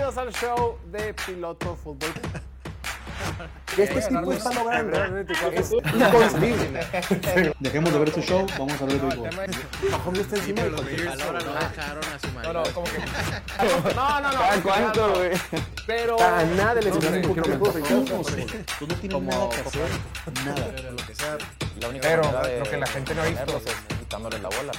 Bienvenidos al show de Piloto Fútbol. Este tipo está logrando es inconcebible. Dejemos de ver este show, vamos a ver el béisbol. Mahomes está encima de cualquier A Laura lo dejaron a su marido. No, como que... No. ¿Cuánto, güey? Pero... A nada le enseñaron un poquito mejor. Tú no tienes nada que hacer, nada. Pero lo que sea, La única manera de, lo que la gente no ha visto es quitándole la bola.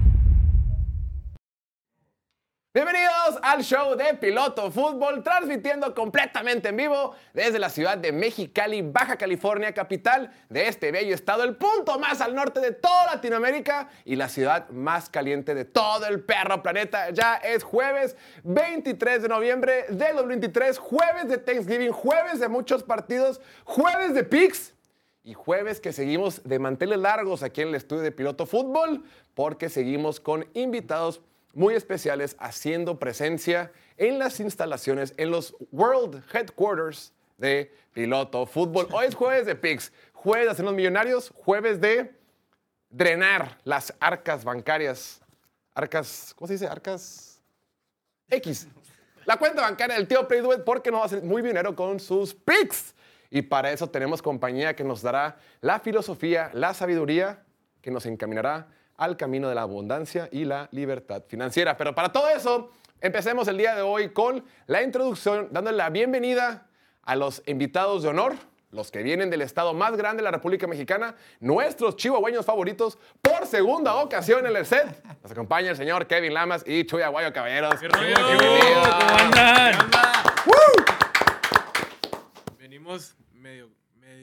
Bienvenidos al show de Piloto Fútbol, transmitiendo completamente en vivo desde la ciudad de Mexicali, Baja California, capital de este bello estado, el punto más al norte de toda Latinoamérica y la ciudad más caliente de todo el perro planeta. Ya es jueves 23 de noviembre del 2023, jueves de Thanksgiving, jueves de muchos partidos, jueves de picks. Y jueves que seguimos de manteles largos aquí en el estudio de Piloto Fútbol, porque seguimos con invitados muy especiales haciendo presencia en las instalaciones, en los World Headquarters de Piloto Fútbol. Hoy es jueves de picks, jueves de hacernos millonarios, jueves de drenar las arcas bancarias. Arcas, ¿cómo se dice? Arcas X. La cuenta bancaria del tío Playduet, porque nos va a hacer muy dinero con sus picks. Y para eso tenemos compañía que nos dará la filosofía, la sabiduría, que nos encaminará al camino de la abundancia y la libertad financiera. Pero para todo eso, empecemos el día de hoy con la introducción, dándole la bienvenida a los invitados de honor, los que vienen del estado más grande de la República Mexicana, nuestros chihuahueños favoritos, por segunda ocasión en el set. Nos acompaña el señor Kevin Lamas y Chuy Aguayo, caballeros. Bienvenidos. ¿Cómo andan? Venimos medio,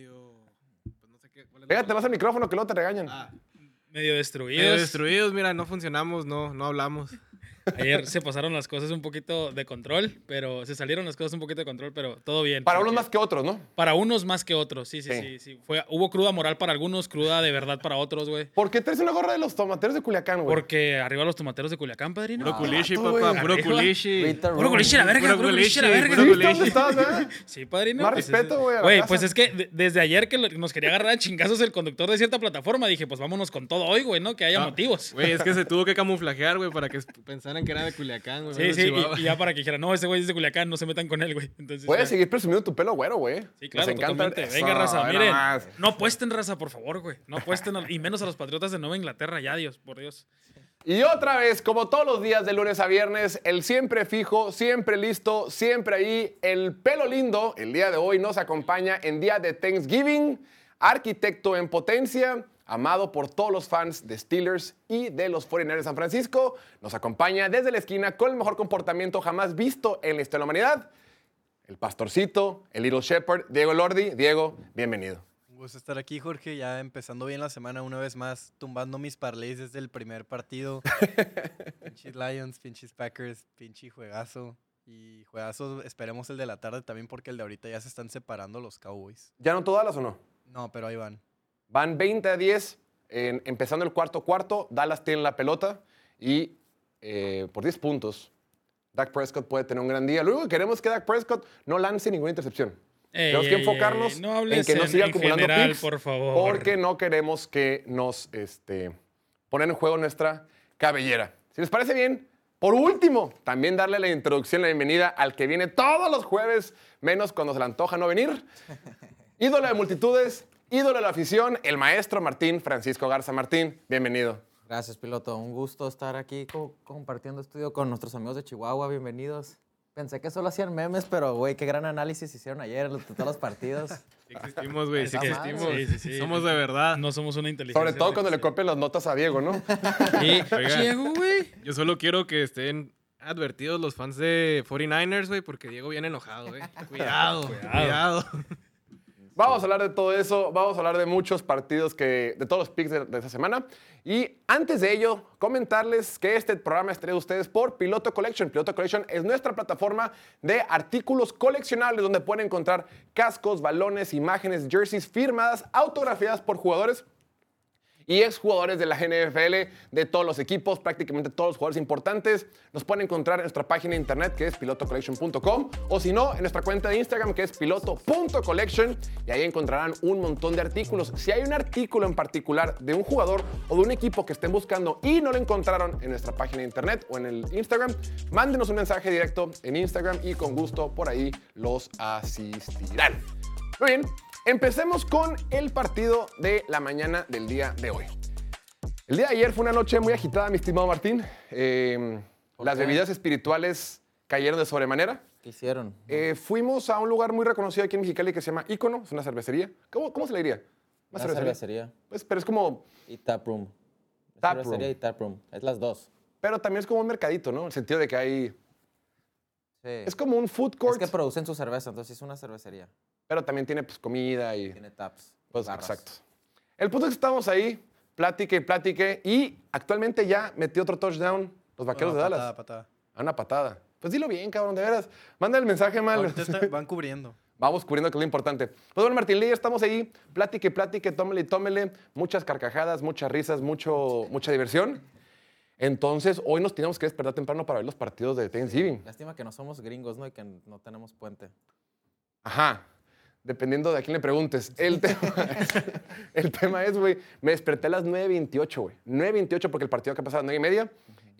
pues no sé qué. ¿Cuál es la Pégate palabra? más al micrófono que luego te regañan. Medio destruidos. Medio destruidos, mira, no funcionamos, no hablamos. Ayer se pasaron las cosas un poquito de control, pero se salieron las cosas un poquito de control, pero todo bien. Para unos más que otros, ¿no? Para unos más que otros, sí. Sí. Hubo cruda moral para algunos, cruda de verdad para otros, güey. ¿Por qué traes una gorra de los tomateros de Culiacán, güey? Porque arriba los tomateros de Culiacán, padrino. Puro culichi, vato, papá, güey. puro Arriba. culichi. Puro culichi a la verga, Puro puro culichi a la culichi, verga. puro ¿Sí? culichi. ¿Dónde estás, güey? Sí, padrino. Más pues, respeto, güey, a la Güey, casa. pues es que desde ayer que nos quería agarrar a chingazos el conductor de cierta plataforma, dije, pues vámonos con todo hoy, güey, ¿no? Que haya motivos. Güey, es que se tuvo que camuflajear, güey, para que pensaran que era de Culiacán, güey. Sí, menos sí, Chihuahua. y ya para que dijera, no, ese güey es de Culiacán, no se metan con él, güey. Entonces, Puedes ya. seguir presumiendo tu pelo güero, güey. Sí, claro, Nos encanta. totalmente. Eso, Venga, raza, ve miren. nomás. No apuesten, raza, por favor, güey. No apuesten, y menos a los Patriotas de Nueva Inglaterra, ya, Dios, por Dios. Y otra vez, como todos los días de lunes a viernes, el siempre fijo, siempre listo, siempre ahí, el pelo lindo, el día de hoy nos acompaña en día de Thanksgiving, arquitecto en potencia, amado por todos los fans de Steelers y de los 49ers de San Francisco, nos acompaña desde la esquina con el mejor comportamiento jamás visto en la historia de la humanidad, el pastorcito, el Little Shepherd, Diego Lordi. Diego, bienvenido. Un gusto estar aquí, Jorge, ya empezando bien la semana una vez más, tumbando mis parlays desde el primer partido. Pinches Lions, pinches Packers, pinche juegazo. Y juegazo, esperemos el de la tarde también porque el de ahorita ya se están separando los Cowboys. ¿Ya no todas o no? No, pero ahí van. Van 20-10, empezando el cuarto, Dallas tiene la pelota y por 10 puntos, Dak Prescott puede tener un gran día. Lo único que queremos es que Dak Prescott no lance ninguna intercepción. Tenemos que enfocarnos no hables en que no siga en acumulando general, picks, por favor. porque no queremos que nos poner en juego nuestra cabellera. Si les parece bien, por último, también darle la introducción, la bienvenida al que viene todos los jueves, menos cuando se le antoja no venir. Ídolo de multitudes, ídolo de la afición, el maestro Martín Francisco Garza. Martín, bienvenido. Gracias, piloto. Un gusto estar aquí compartiendo estudio con nuestros amigos de Chihuahua. Bienvenidos. Pensé que solo hacían memes, pero, güey, qué gran análisis hicieron ayer de todos los partidos. Sí existimos, güey, sí Esa existimos. madre. Sí. Somos de verdad. No somos una inteligencia. Sobre todo cuando le copian las notas a Diego, ¿no? Sí, Oiga. Diego, güey. Yo solo quiero que estén advertidos los fans de 49ers, güey, porque Diego viene enojado, güey. Cuidado. Vamos a hablar de todo eso, vamos a hablar de muchos partidos, de todos los picks de esta semana. Y antes de ello, comentarles que este programa es traído a ustedes por Piloto Collection. Piloto Collection es nuestra plataforma de artículos coleccionables donde pueden encontrar cascos, balones, imágenes, jerseys firmadas, autografiadas por jugadores y exjugadores de la NFL, de todos los equipos, prácticamente todos los jugadores importantes. Nos pueden encontrar en nuestra página de internet que es pilotocollection.com o si no, en nuestra cuenta de Instagram que es piloto.collection y ahí encontrarán un montón de artículos. Si hay un artículo en particular de un jugador o de un equipo que estén buscando y no lo encontraron en nuestra página de internet o en el Instagram, mándenos un mensaje directo en Instagram y con gusto por ahí los asistirán. Muy bien, empecemos con el partido de la mañana del día de hoy. El día de ayer fue una noche muy agitada, mi estimado Martín. Las bebidas espirituales cayeron de sobremanera. ¿Qué hicieron? Fuimos a un lugar muy reconocido aquí en Mexicali que se llama Ícono, es una cervecería. ¿Cómo se le diría? Una cervecería. Pues, pero es como... Y taproom. Taproom. Cervecería y taproom. Es las dos. Pero también es como un mercadito, ¿no? En el sentido de que hay... Sí. Es como un food court, Es que producen su cerveza, entonces es una cervecería. pero también tiene pues, comida y... Tiene taps. Pues, barras. exacto. El punto es que estamos ahí, platique, y actualmente ya metió otro touchdown los Vaqueros de Dallas. Patada. A una patada. Pues dilo bien, cabrón, de veras. Manda el mensaje mal. Ahorita van cubriendo. Vamos cubriendo que es lo importante. Pues bueno, Martín Lee, estamos ahí, platique, tómele. Muchas carcajadas, muchas risas, mucha diversión. Entonces, hoy nos tenemos que despertar temprano para ver los partidos de Thanksgiving. Lástima que no somos gringos, ¿no? Y que no tenemos puente. Ajá. Dependiendo de a quién le preguntes. El tema es, güey, me desperté a las 9:28, güey. 9:28 porque el partido acá pasaba a las 9:30.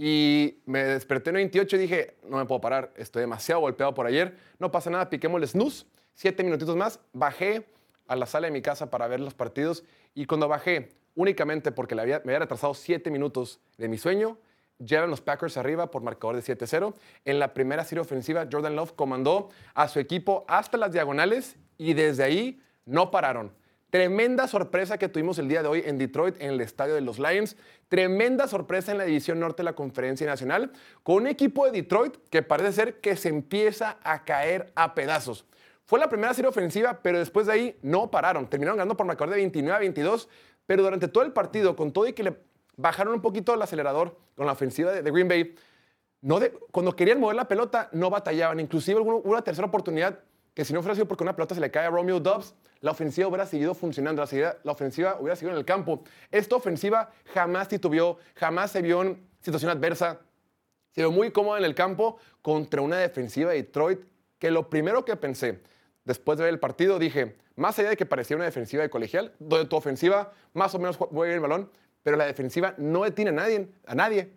Y me desperté a 9:28 y dije, no me puedo parar, estoy demasiado golpeado por ayer. No pasa nada, piquemos el snooze. 7 minutitos más. Bajé a la sala de mi casa para ver los partidos. Y cuando bajé, únicamente porque me había retrasado 7 minutos de mi sueño, llevan los Packers arriba por marcador de 7-0. En la primera serie ofensiva, Jordan Love comandó a su equipo hasta las diagonales y desde ahí no pararon. Tremenda sorpresa que tuvimos el día de hoy en Detroit, en el estadio de los Lions. Tremenda sorpresa en la División Norte de la Conferencia Nacional, con un equipo de Detroit que parece ser que se empieza a caer a pedazos. Fue la primera serie ofensiva, pero después de ahí no pararon. Terminaron ganando por marcador de 29-22, pero durante todo el partido, con todo y que le bajaron un poquito el acelerador con la ofensiva de Green Bay, cuando querían mover la pelota, no batallaban. Inclusive hubo una tercera oportunidad que si no fuera sido porque una pelota se le cae a Romeo Doubs, la ofensiva hubiera seguido funcionando, la ofensiva hubiera seguido en el campo. Esta ofensiva jamás titubeó, jamás se vio en situación adversa. Se vio muy cómoda en el campo contra una defensiva de Detroit que lo primero que pensé después de ver el partido, dije, más allá de que parecía una defensiva de colegial, donde tu ofensiva más o menos mueve el balón, pero la defensiva no detiene a nadie.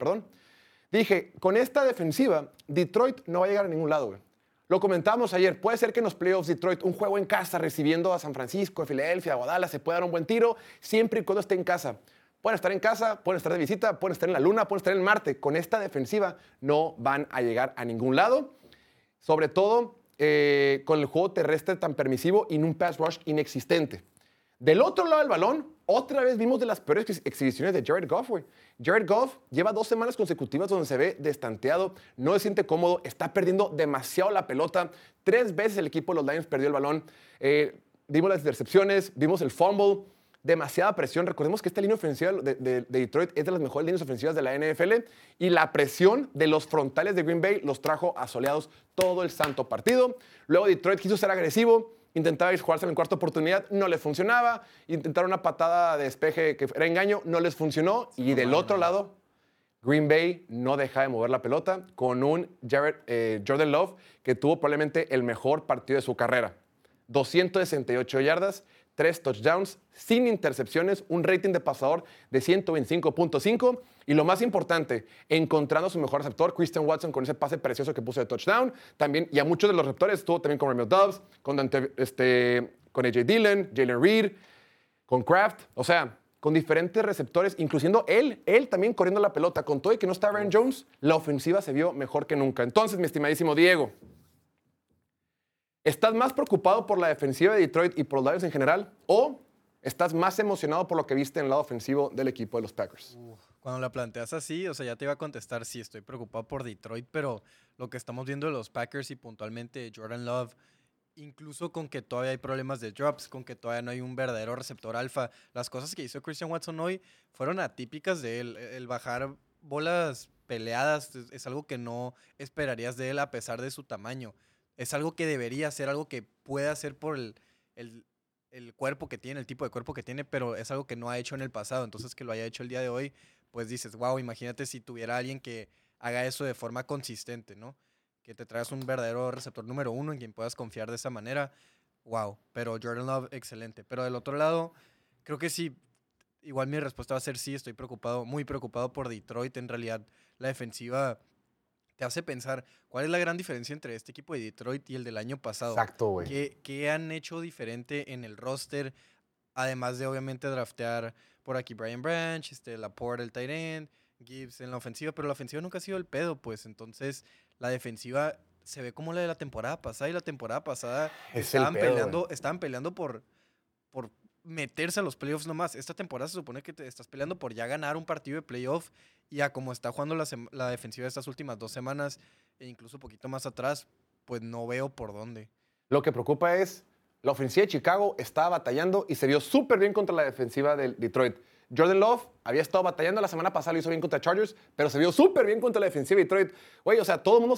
Dije, con esta defensiva, Detroit no va a llegar a ningún lado, güey. Lo comentábamos ayer, puede ser que en los playoffs Detroit, un juego en casa, recibiendo a San Francisco, a Filadelfia, a Guadalajara, se pueda dar un buen tiro, siempre y cuando esté en casa. Pueden estar en casa, pueden estar de visita, pueden estar en la luna, pueden estar en Marte. Con esta defensiva no van a llegar a ningún lado. Sobre todo con el juego terrestre tan permisivo y en un pass rush inexistente. Del otro lado del balón, otra vez vimos de las peores exhibiciones de Jared Goff, güey. Jared Goff lleva 2 semanas consecutivas donde se ve destanteado, no se siente cómodo, está perdiendo demasiado la pelota. 3 veces el equipo de los Lions perdió el balón. Vimos las intercepciones, vimos el fumble, demasiada presión. Recordemos que esta línea ofensiva de Detroit es de las mejores líneas ofensivas de la NFL y la presión de los frontales de Green Bay los trajo asoleados todo el santo partido. Luego Detroit quiso ser agresivo, intentaba jugarse en la cuarta oportunidad, no les funcionaba. Intentaron una patada de despeje que era engaño, no les funcionó. Y del otro lado, Green Bay no deja de mover la pelota con un Jordan Love que tuvo probablemente el mejor partido de su carrera. 268 yardas, 3 touchdowns, sin intercepciones, un rating de pasador de 125.5 y lo más importante, encontrando a su mejor receptor, Christian Watson, con ese pase precioso que puso de touchdown. También, y a muchos de los receptores estuvo también con Romeo Doubs, con A.J. Dillon, Jalen Reed, con Kraft, o sea, con diferentes receptores, incluyendo él también corriendo la pelota. Con todo y que no está Aaron Jones, la ofensiva se vio mejor que nunca. Entonces, mi estimadísimo Diego, ¿estás más preocupado por la defensiva de Detroit y por los Lions en general? ¿O estás más emocionado por lo que viste en el lado ofensivo del equipo de los Packers? Cuando la planteas así, o sea, ya te iba a contestar, sí, estoy preocupado por Detroit, pero lo que estamos viendo de los Packers y puntualmente de Jordan Love, incluso con que todavía hay problemas de drops, con que todavía no hay un verdadero receptor alfa, las cosas que hizo Christian Watson hoy fueron atípicas de él. El bajar bolas peleadas es algo que no esperarías de él a pesar de su tamaño. Es algo que debería hacer, algo que puede hacer por el el cuerpo que tiene, el tipo de cuerpo que tiene, pero es algo que no ha hecho en el pasado. Entonces, que lo haya hecho el día de hoy, pues dices, wow, imagínate si tuviera alguien que haga eso de forma consistente, ¿no? Que te traigas un verdadero receptor número 1 en quien puedas confiar de esa manera. Wow, pero Jordan Love, excelente. Pero del otro lado, creo que sí, igual mi respuesta va a ser sí, estoy preocupado, muy preocupado por Detroit. En realidad, la defensiva te hace pensar cuál es la gran diferencia entre este equipo de Detroit y el del año pasado. Exacto, güey. ¿Qué han hecho diferente en el roster? Además de, obviamente, draftear por aquí Brian Branch, Laporte, el tight end, Gibbs en la ofensiva, pero la ofensiva nunca ha sido el pedo, pues. Entonces, la defensiva se ve como la de la temporada pasada, y la temporada pasada Es el pedo, estaban peleando por meterse a los playoffs nomás. Esta temporada se supone que te estás peleando por ya ganar un partido de playoff, y a como está jugando la defensiva de estas últimas 2 semanas, e incluso un poquito más atrás, pues no veo por dónde. Lo que preocupa es, la ofensiva de Chicago estaba batallando y se vio súper bien contra la defensiva de Detroit. Jordan Love había estado batallando la semana pasada, lo hizo bien contra Chargers, pero se vio súper bien contra la defensiva de Detroit. Güey, o sea, todo el mundo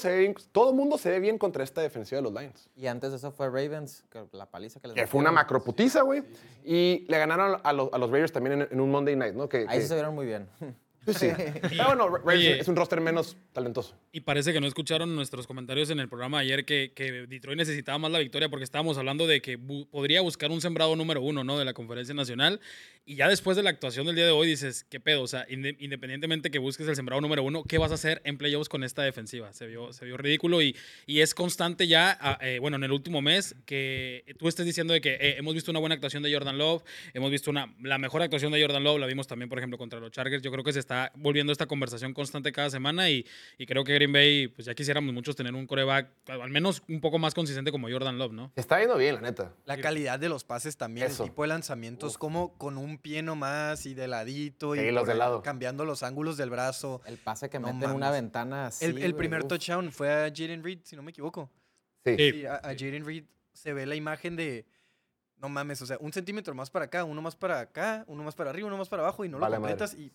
se ve bien contra esta defensiva de los Lions. Y antes de eso fue Ravens, la paliza que les Que fue una metieron. macroputiza, güey. Y le ganaron a los Raiders también en un Monday Night, ¿no? Ahí sí se vieron muy bien. Pues sí. Pero bueno, Raiders Oye. es un roster menos talentoso. Y parece que no escucharon nuestros comentarios en el programa de ayer que Detroit necesitaba más la victoria porque estábamos hablando de que podría buscar un sembrado número 1, ¿no? De la Conferencia Nacional. Y ya después de la actuación del día de hoy dices, ¿qué pedo? O sea, independientemente que busques el sembrado número 1, ¿qué vas a hacer en playoffs con esta defensiva? Se vio ridículo y es constante ya, bueno, en el último mes, que tú estés diciendo de que hemos visto una buena actuación de Jordan Love, hemos visto la mejor actuación de Jordan Love, la vimos también, por ejemplo, contra los Chargers. Yo creo que se está volviendo esta conversación constante cada semana y creo que Green Bay, pues ya quisiéramos muchos tener un quarterback al menos un poco más consistente como Jordan Love, ¿no? Se está viendo bien, la neta. La calidad de los pases también, Eso. el tipo de lanzamientos, como con un pie nomás y de ladito, Sí, y los de por ahí lado. cambiando los ángulos del brazo. El pase que No mete en una mames. ventana así, El güey, primer uf. touchdown fue a Jaden Reed, si no me equivoco. Sí. Sí. Sí, a Jaden Reed se ve la imagen de, no mames, o sea, 1 centímetro más para acá, uno más para acá, uno más para arriba, uno más para abajo, y no Vale lo completas madre. y...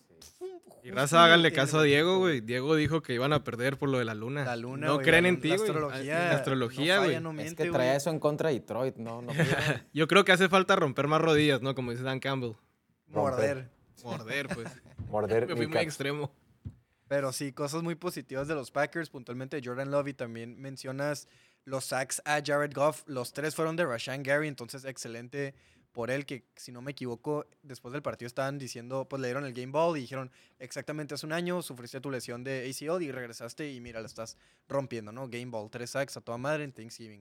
Y justo raza, háganle en el caso a Diego, equipo. güey. Diego dijo que iban a perder por lo de la luna. La luna, No güey, creen la en ti, la güey. astrología, La astrología, no güey. falla, no Es miente, que güey. trae eso en contra de Detroit, no. Yo creo que hace falta romper más rodillas, ¿no? Como dice Dan Campbell. Morder. Morder, pues. Morder Me fui muy kneecaps. extremo. Pero sí, cosas muy positivas de los Packers, puntualmente de Jordan Love, y también mencionas los sacks a Jared Goff. Los 3 fueron de Rashan Gary, entonces excelente por él, que si no me equivoco, después del partido estaban diciendo, pues le dieron el game ball y dijeron, exactamente hace un año sufriste tu lesión de ACL y regresaste y mira, la estás rompiendo, ¿no? Game ball, 3 sacks a toda madre en Thanksgiving.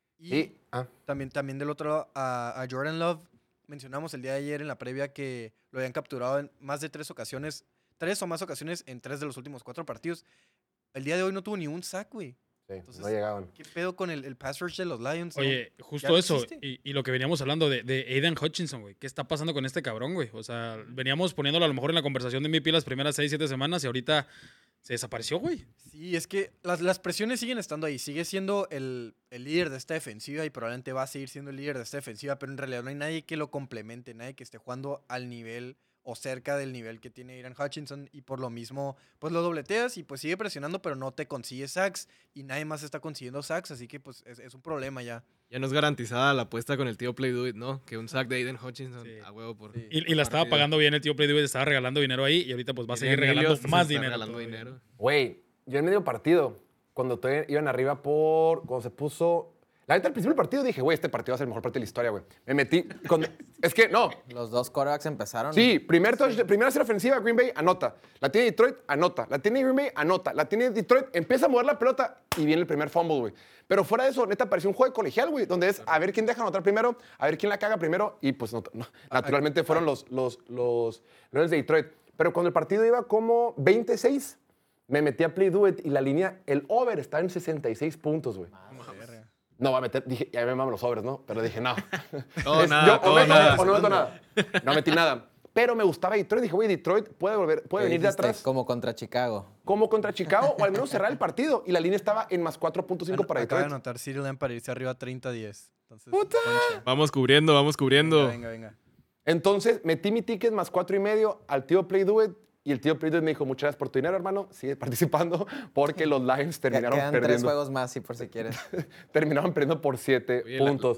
Y también del otro lado, a Jordan Love, mencionamos el día de ayer en la previa que lo habían capturado en más de 3 ocasiones, 3 o más ocasiones en 3 de los últimos 4 partidos. El día de hoy no tuvo ni un sack, güey. Sí, Entonces, no llegaban. ¿Qué pedo con el pass rush de los Lions? no? Oye, ¿Ya justo no eso, existe? y lo que veníamos hablando de Aiden Hutchinson, güey. ¿Qué está pasando con este cabrón, güey? O sea, veníamos poniéndolo a lo mejor en la conversación de MVP las primeras 6, 7 semanas y ahorita se desapareció, güey. Sí, es que las presiones siguen estando ahí. Sigue siendo el líder de esta defensiva y probablemente va a seguir siendo el líder de esta defensiva, pero en realidad no hay nadie que lo complemente, nadie que esté jugando al nivel o cerca del nivel que tiene Aiden Hutchinson, y por lo mismo, pues lo dobleteas y pues sigue presionando, pero no te consigue sacks y nadie más está consiguiendo sacks, así que pues es un problema ya. Ya no es garantizada la apuesta con el tío Play Do It, ¿no? Que un sack de Aiden Hutchinson Sí. a huevo por. Sí. Y la estaba partido. pagando bien el tío Play Due, estaba regalando dinero ahí y ahorita pues va a seguir Tiene regalando Helios, más se está dinero. regalando todavía. dinero. Güey, yo en medio partido, cuando todavía iban arriba cuando se puso... La neta, al principio del partido dije, güey, este partido va a ser el mejor partido de la historia, güey. Me metí... Es que, no. Los 2 quarterbacks empezaron. Sí, primera serie ofensiva, Green Bay, anota. La tiene Detroit, anota. La tiene Green Bay, anota. La tiene Detroit, empieza a mover la pelota y viene el primer fumble, güey. Pero fuera de eso, neta, pareció un juego de colegial, güey, donde es a ver quién deja anotar primero, a ver quién la caga primero, y pues naturalmente fueron los Lions de Detroit. Pero cuando el partido iba como 26, me metí a Play Do It y la línea, el over está en 66 puntos, güey. No va a meter, dije, ya me maman los overs, ¿no? Pero dije, no. Todo Es- nada, yo o todo meto nada. o no meto nada. No metí nada. Pero me gustaba Detroit. Dije, güey, Detroit puede ¿Qué venir de dijiste? atrás Como contra Chicago. como contra Chicago o al menos cerrar el partido. Y la línea estaba en más 4.5 para Acaba de Detroit. anotar CeeDee Lamb para irse arriba 30-10. Entonces, ¡Puta! concha. Vamos cubriendo, vamos cubriendo. Venga. Entonces metí mi ticket más 4.5 al tío Play Do It. Y el tío Play Do It me dijo, muchas gracias por tu dinero, hermano. Sigue participando porque los Lions terminaron Quedan 3 perdiendo. juegos más, sí, por si quieres. Terminaron perdiendo por 7 Oye, puntos.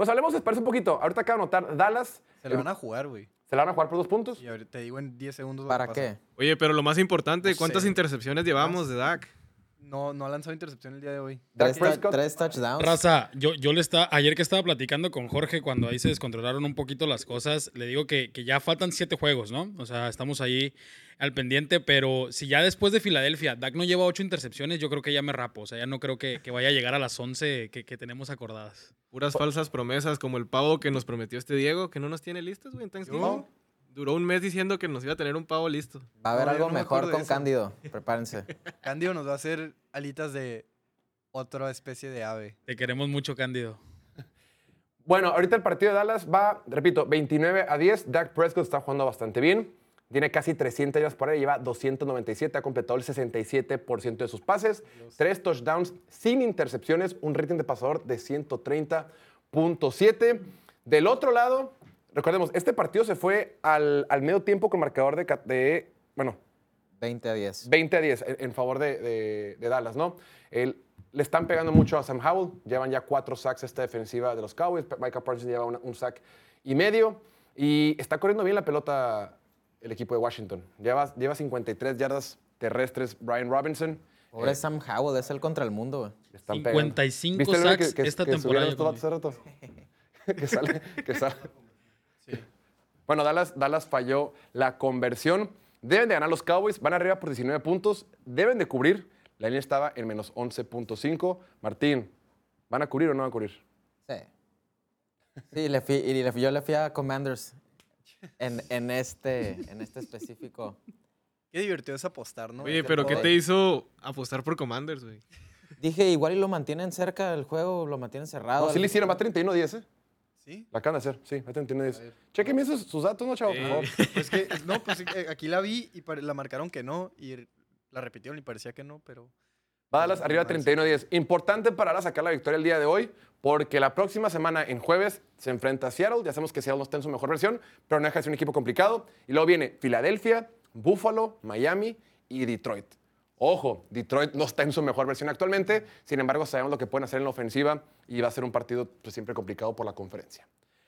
Pues hablemos de Spurs un poquito. Ahorita acabo de anotar Dallas. Se la van a jugar, güey. Se la van a jugar por 2 puntos. Y ahorita te digo en 10 segundos. lo ¿Para que pasa. qué? Oye, pero lo más importante, No ¿cuántas sé. intercepciones llevamos de Dak? No ha lanzado intercepción el día de hoy. Dak Prescott. 3 touchdowns. Raza, ayer que estaba platicando con Jorge, cuando ahí se descontrolaron un poquito las cosas, le digo que ya faltan 7 juegos, ¿no? O sea, estamos ahí al pendiente, pero si ya después de Filadelfia Dak no lleva 8 intercepciones, yo creo que ya me rapo. O sea, ya no creo que vaya a llegar a las 11 que tenemos acordadas. Puras falsas promesas, como el pavo que nos prometió este Diego, que no nos tiene listos, güey, en Thanksgiving. ¿Yo? Duró un mes diciendo que nos iba a tener un pavo listo. Va a haber No, yo algo no me mejor acuerdo de con eso. Cándido. Prepárense. Cándido nos va a hacer alitas de otra especie de ave. Te queremos mucho, Cándido. Bueno, ahorita el partido de Dallas va, repito, 29-10. Dak Prescott está jugando bastante bien. Tiene casi 300 yardas por aire, lleva 297, ha completado el 67% de sus pases, 3 touchdowns sin intercepciones, un rating de pasador de 130.7. Del otro lado, recordemos, este partido se fue al medio tiempo con marcador de 20-10. 20-10 en favor de Dallas, ¿no? Le están pegando mucho a Sam Howell, llevan ya 4 sacks esta defensiva de los Cowboys, Micah Parsons lleva un sack y medio, y está corriendo bien la pelota el equipo de Washington. Lleva 53 yardas terrestres Brian Robinson. Pobre Sam Howell, es el contra el mundo, güey. Le están pegando. 55 ¿Viste el meme sacks esta temporada. subieron estos vatos hace rato? que sale. Bueno, Dallas falló la conversión. Deben de ganar los Cowboys, van arriba por 19 puntos, deben de cubrir. La línea estaba en menos 11.5. Martín, ¿van a cubrir o no van a cubrir? Sí. Sí, yo le fui a Commanders en este específico. Qué divertido es apostar, ¿no? Oye, pero ¿qué te hizo apostar por Commanders, güey? Dije, igual y lo mantienen cerca del juego, lo mantienen cerrado. No, sí le hicieron, va 31-10, ¿eh? ¿Sí? La acaban de hacer, sí, va 31-10. Chequen bien sus datos, ¿no, chavos? Por favor. Pues que, no, pues aquí la vi y la marcaron que no y la repitieron y parecía que no, pero... Va Dallas arriba 31-10. Importante para Dallas sacar la victoria el día de hoy, porque la próxima semana, en jueves, se enfrenta a Seattle. Ya sabemos que Seattle no está en su mejor versión, pero no deja de ser un equipo complicado. Y luego viene Filadelfia, Buffalo, Miami y Detroit. Ojo, Detroit no está en su mejor versión actualmente, sin embargo sabemos lo que pueden hacer en la ofensiva y va a ser un partido pues, siempre complicado por la conferencia.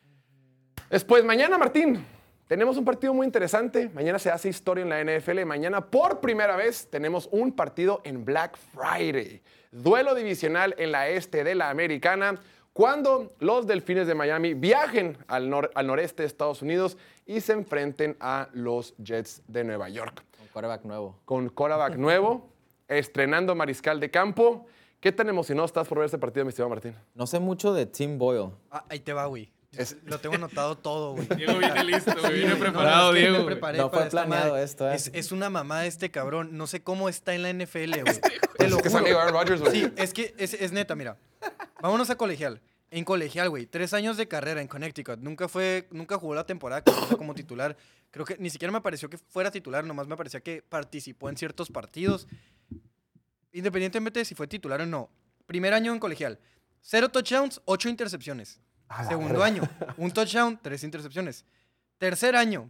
Después, mañana, Martín, tenemos un partido muy interesante. Mañana se hace historia en la NFL. Mañana, por primera vez, tenemos un partido en Black Friday. Duelo divisional en la este de la Americana, cuando los Delfines de Miami viajen al noreste de Estados Unidos y se enfrenten a los Jets de Nueva York. Con quarterback nuevo. Con quarterback nuevo, estrenando mariscal de campo. ¿Qué tan emocionado estás por ver este partido, mi estimado Martín? No sé mucho de Tim Boyle. Ah, ahí te va, güey. Lo tengo anotado todo, güey. Diego viene listo, güey. Viene güey, preparado, es que Diego. me güey. preparé No para fue esta planeado madre. esto, ¿eh? Es una mamada este cabrón. No sé cómo está en la NFL, güey. Te lo Es que es juro. amigo de Aaron Rodgers, güey. Sí, es que es neta, mira. Vámonos a colegial. En colegial, güey. 3 años de carrera en Connecticut. Nunca jugó la temporada completa como titular. Creo que ni siquiera me pareció que fuera titular. Nomás me parecía que participó en ciertos partidos. Independientemente de si fue titular o no. Primer año en colegial. 0 touchdowns, 8 intercepciones. Segundo año, 1 touchdown, 3 intercepciones. Tercer año,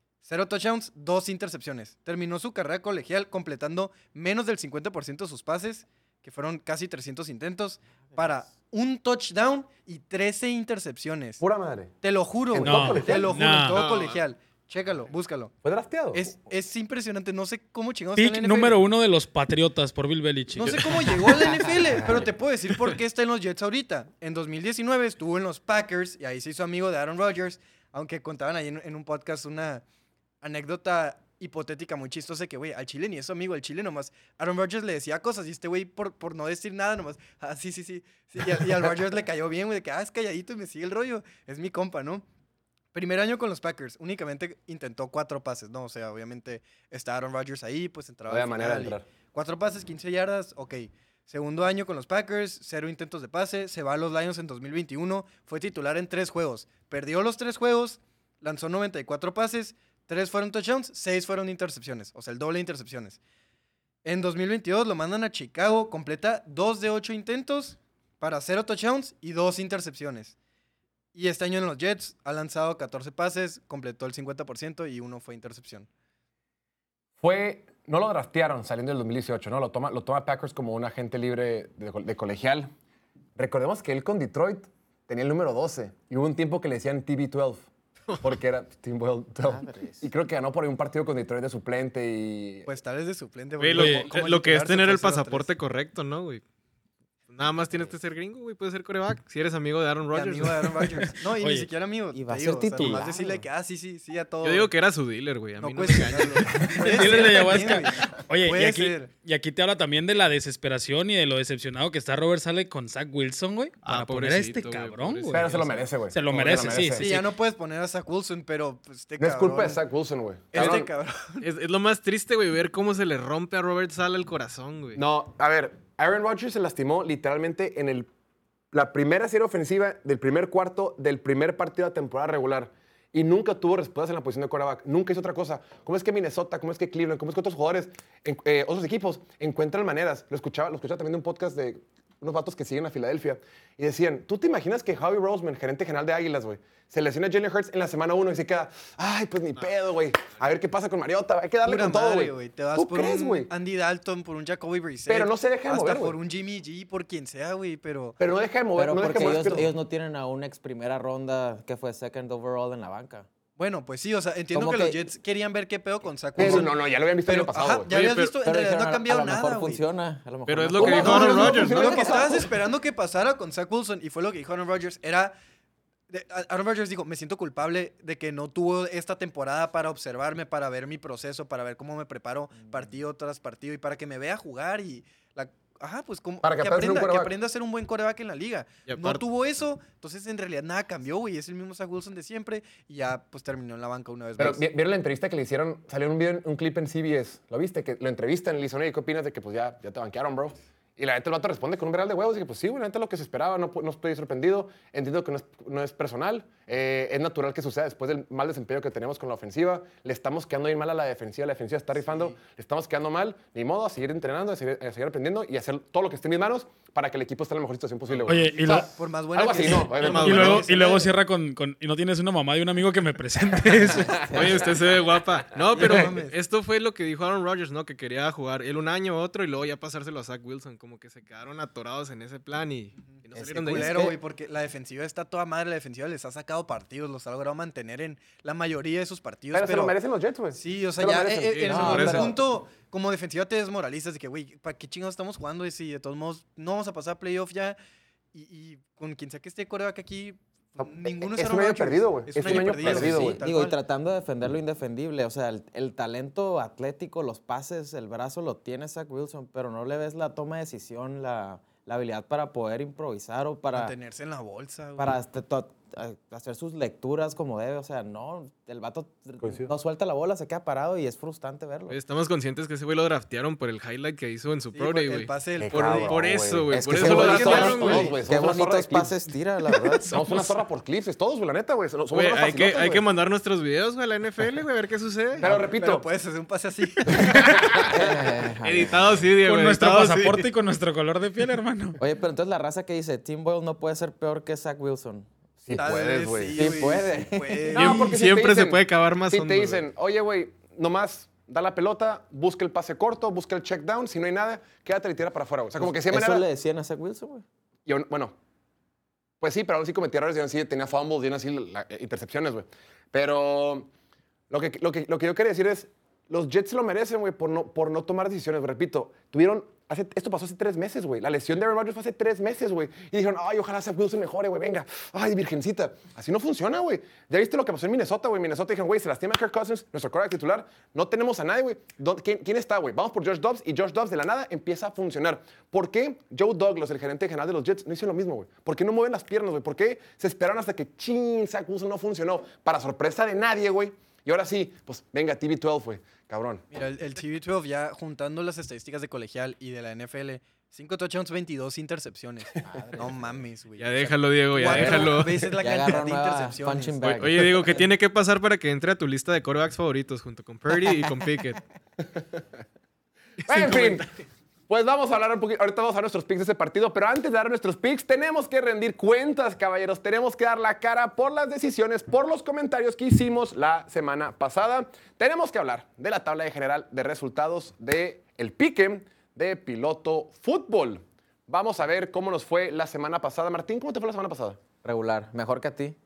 0 touchdowns, 2 intercepciones. Terminó su carrera colegial completando menos del 50% de sus pases, que fueron casi 300 intentos, para 1 touchdown y 13 intercepciones. Pura madre. Te lo juro, ¿En güey. todo colegial? Te lo juro, No. en todo No. colegial. Chécalo, búscalo. ¿Fue drafteado? Es impresionante. No sé cómo chingados está Pick en la NFL. número 1 de los Patriotas por Bill Belichick. No sé cómo llegó a la NFL, pero te puedo decir por qué está en los Jets ahorita. En 2019 estuvo en los Packers y ahí se hizo amigo de Aaron Rodgers, aunque contaban ahí en un podcast una anécdota hipotética muy chistosa que, güey, al Chile ni es su amigo, al Chile nomás Aaron Rodgers le decía cosas y este güey por no decir nada nomás, sí. Y al Rodgers le cayó bien, güey, de que, es calladito y me sigue el rollo, es mi compa, ¿no? Primer año con los Packers, únicamente intentó 4 pases, ¿no? O sea, obviamente está Aaron Rodgers ahí, pues entraba Vaya al manera de final y- entrar. 4 pases, 15 yardas, ok. Segundo año con los Packers, 0 intentos de pase, se va a los Lions en 2021, fue titular en 3 juegos. Perdió los 3 juegos, lanzó 94 pases, 3 fueron touchdowns, 6 fueron intercepciones, o sea, el doble de intercepciones. En 2022 lo mandan a Chicago, completa 2 de 8 intentos para 0 touchdowns y 2 intercepciones. Y este año en los Jets ha lanzado 14 pases, completó el 50% y 1 fue intercepción. No lo draftearon saliendo del 2018, ¿no? Lo toma Packers como un agente libre de colegial. Recordemos que él con Detroit tenía el número 12. Y hubo un tiempo que le decían TB12. Porque era Team World 12. Y creo que ganó por ahí un partido con Detroit de suplente y... Pues tal vez de suplente. Güey, porque lo que es titular tener se el fue 0-3. pasaporte correcto, ¿no, güey? Nada más tienes que ser gringo, güey. Puedes ser coreback. Si eres amigo de Aaron Y Rodgers. amigo de Aaron Rodgers. No, y Oye, ni siquiera amigo. y va te a ser digo, o sea, titular, nomás decirle güey. que, sí, a todo. Yo digo que era su dealer, güey. A no mí no me cuesta. engañes. Dile de ayahuasca. Güey. Oye, Puede ser. y aquí te habla también de la desesperación y de lo decepcionado que está Robert Saleh con Zach Wilson, güey. Para poner a este pobrecito, güey, cabrón, güey. Pero se lo merece, güey. Se lo merece, sí, Sí, ya no puedes poner a Zach Wilson, pero pues este No es cabrón. culpa de Zach Wilson, güey. Este Cabrón. cabrón. Es lo más triste, güey, ver cómo se le rompe a Robert Saleh el corazón, güey. No, a ver, Aaron Rodgers se lastimó literalmente en la primera serie ofensiva del primer cuarto del primer partido de temporada regular. Y nunca tuvo respuestas en la posición de quarterback. Nunca hizo otra cosa. ¿Cómo es que Minnesota, cómo es que Cleveland, cómo es que otros jugadores, otros equipos encuentran maneras? Lo escuchaba también de un podcast de unos vatos que siguen a Filadelfia. Y decían, ¿tú te imaginas que Howie Roseman, gerente general de Águilas, güey, se lesiona a Jalen Hurts en la semana 1 y se queda, ay, pues ni pedo, güey. A ver qué pasa con Mariota. Hay que darle Pura con todo, madre, güey. Te vas ¿Tú por crees, un güey? Andy Dalton, por un Jacoby Brissett. Pero no se deja de hasta mover, por güey. un Jimmy G, por quien sea, güey, pero... Pero no deja de mover, Pero no deja de porque mover. ellos no tienen a un ex primera ronda que fue second overall en la banca. Bueno, pues sí, o sea, entiendo Como que los que- Jets querían ver qué pedo con Zach Pero Wilson. no, ya lo habían visto el Pero, año pasado, ajá, güey. ya Oye, habías pero- visto, en Pero realidad no ha dijeron, cambiado a lo nada, mejor güey. funciona. A lo mejor Pero es no. lo que ¿Cómo? dijo No, Aaron no, no, Rodgers, no, ¿no? Lo que estabas esperando que pasara con Zach Wilson, y fue lo que dijo Aaron Rodgers, era... Aaron Rodgers dijo, me siento culpable de que no tuvo esta temporada para observarme, para ver mi proceso, para ver cómo me preparo partido tras partido y para que me vea jugar y... pues como, Para que aprenda a ser un que quarterback. aprenda a ser un buen quarterback en la liga. Y No aparte- tuvo eso, entonces en realidad nada cambió, güey. Es el mismo Zach Wilson de siempre y ya pues terminó en la banca una vez Pero más. ¿vieron la entrevista que le hicieron? Salió un video, un clip en CBS. ¿Lo viste? Que lo entrevistan y le dicen, oye, ¿qué opinas de que pues ya te banquearon, bro? Y la neta el vato responde con un veral de huevos y que pues sí, güey, la neta lo que se esperaba, no estoy sorprendido. Entiendo que no es personal. Es natural que suceda después del mal desempeño que tenemos con la ofensiva. Le estamos quedando bien mal a la defensiva está rifando. Le estamos quedando mal. Ni modo, a seguir entrenando, a seguir aprendiendo y hacer todo lo que esté en mis manos para que el equipo esté en la mejor situación posible, güey. Oye, y O sea, Por más buena algo que así, sea. ¿no? Obviamente. Y luego, que y luego sea. cierra con, y no tienes una mamá de un amigo que me presente eso. Oye, usted se ve guapa. No, pero No mames. esto fue lo que dijo Aaron Rodgers, ¿no? Que quería jugar él un año, otro, y luego ya pasárselo a Zach Wilson. Como que se quedaron atorados en ese plan y no Es salieron Qué de ahí. culero, güey, porque la defensiva está toda madre. La defensiva les ha sacado partidos, los ha logrado mantener en la mayoría de sus partidos. Pero se lo merecen los Jets, güey. Sí, o sea, Se lo ya merecen. sí, en no, algún por eso. punto, como defensiva te desmoralizas de que, güey, ¿para qué chingados estamos jugando? Y si de todos modos no vamos a pasar a playoff ya. Y con quien sea que esté quarterback aquí, ninguno es Aaron un año Rodgers. perdido, güey. Es un año perdido, güey. sí, tal Digo, y cual. tratando de defender lo indefendible. O sea, el talento atlético, los pases, el brazo lo tiene Zach Wilson, pero no le ves la toma de decisión, la habilidad para poder improvisar o para Mantenerse en la bolsa, güey. hacer sus lecturas como debe. O sea, no, el vato Coincido. no suelta la bola, se queda parado y es frustrante verlo. Oye, estamos conscientes que ese güey lo draftearon por el highlight que hizo en su Sí, Pro por Day, el güey. pase del Qué cabrón, Por eso, güey. Es Por que eso qué lo bonito- draftearon, todos, güey. güey. Qué Somos una zorra bonitos de clips. pases tira, la verdad. Somos una zorra por clips, todos, güey, la neta, güey. Somos Güey, unos hay facilotes, que güey. mandar nuestros videos, güey, a la NFL, güey, a ver qué sucede. Pero repito, Pero puedes hacer un pase así. Editado sí, Diego. Con nuestro editado sí. pasaporte y con nuestro color de piel, hermano. Oye, pero entonces la raza que dice Tim Boyle no puede ser peor que Zach Wilson. sí Tal puedes, vez güey. Sí puede. puede. No, porque si te Siempre se dicen- puede cavar más Si hondo, te güey. dicen, oye, güey, nomás da la pelota, busca el pase corto, busca el check down, si no hay nada, quédate y tira para afuera, güey. O sea, como que sí hay Eso manera... le decían a Zach Wilson, güey. Y bueno, pues sí, pero aún sí cometía errores y aún así tenía fumbles y aún así intercepciones, güey. Pero lo que yo quería decir es, los Jets se lo merecen, güey, por no tomar decisiones. Repito, esto pasó hace 3 meses, güey. La lesión de Aaron Rodgers fue hace 3 meses, güey. Y dijeron, ay, ojalá Zach Wilson mejore, güey, venga. Ay, virgencita. Así no funciona, güey. Ya viste lo que pasó en Minnesota, güey. Minnesota dijeron, güey, se lastima Kirk Cousins, nuestro quarterback titular. No tenemos a nadie, güey. ¿Quién está, güey? Vamos por Josh Dobbs y Josh Dobbs de la nada empieza a funcionar. ¿Por qué Joe Douglas, el gerente general de los Jets, no hizo lo mismo, güey? ¿Por qué no mueven las piernas, güey? ¿Por qué se esperaron hasta que Zach Wilson no funcionó? Para sorpresa de nadie, güey. Y ahora sí, pues venga, TB12, güey. Cabrón. Mira, el TB12 ya juntando las estadísticas de colegial y de la NFL, 5 touchdowns, 22 intercepciones. No mames, güey. Ya déjalo, Diego, ya 4 déjalo. veces la Ya cantidad agarró de nueva intercepciones. punching bag. Oye, Diego, ¿qué tiene que pasar para que entre a tu lista de quarterbacks favoritos junto con Purdy y con Pickett? En fin, pues vamos a hablar un poquito. Ahorita vamos a dar nuestros picks de ese partido, pero antes de dar nuestros picks, tenemos que rendir cuentas, caballeros. Tenemos que dar la cara por las decisiones, por los comentarios que hicimos la semana pasada. Tenemos que hablar de la tabla de general de resultados del pique de Piloto Fútbol. Vamos a ver cómo nos fue la semana pasada. Martín, ¿cómo te fue la semana pasada? Regular, mejor que a ti.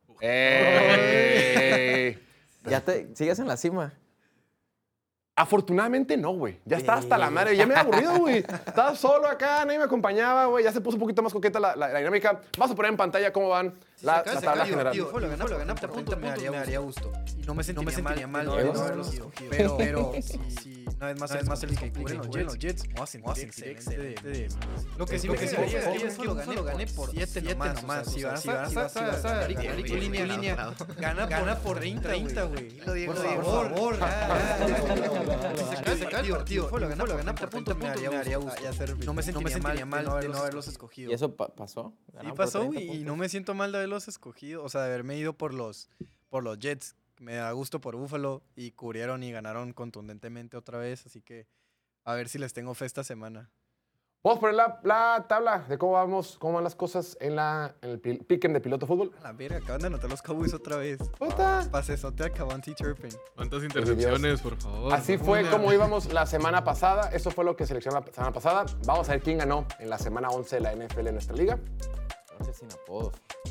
¡Ey! Ya te sigues en la cima. Afortunadamente no, güey. Ya está hasta la madre. Ya me he aburrido, güey. Estaba solo acá, nadie me acompañaba, güey. Ya se puso un poquito más coqueta la dinámica. Vamos a poner en pantalla cómo van la tabla general. Lo gana por 30 puntos, me haría gusto. Y no me sentiría mal de Diego. no haberlos escogido. Pero si una vez más el que cubren los Jets, me voy a sentir excelente. Lo que sí me gustaría es que lo gane por 7 nomás. Si vas a tu línea, gana por 30, güey. Por favor. Lo gana por 30 puntos, me haría gusto. No me sentiría mal de no haberlos escogido. ¿Y eso pasó? Sí Ganaron por pasó, 30 y puntos. no me siento mal de haberlos escogido, o sea, de haberme ido por los Jets. Me da gusto por Buffalo y cubrieron y ganaron contundentemente otra vez, así que a ver si les tengo fe esta semana. Vamos a poner la tabla de cómo van las cosas en el pick'em de Piloto Fútbol. A la verga, acaban de anotar los Cowboys otra vez. Puta. Pasesote a Cavante Turpin. ¿Cuántas intercepciones, por favor? Así fue como íbamos la semana pasada. Eso fue lo que seleccionó la semana pasada. Vamos a ver quién ganó en la semana 11 de la NFL en nuestra liga. Entonces, sin apodos.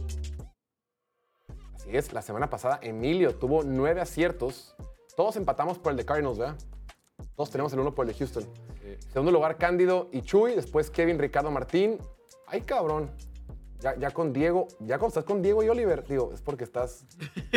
Así es, la semana pasada Emilio tuvo 9 aciertos. Todos empatamos por el de Cardinals, ¿verdad? Todos tenemos el 1 por el de Houston. Segundo lugar, Cándido y Chuy. Después Kevin, Ricardo, Martín. Ay, cabrón. Ya con Diego. Ya cuando estás con Diego y Oliver, digo, es porque estás...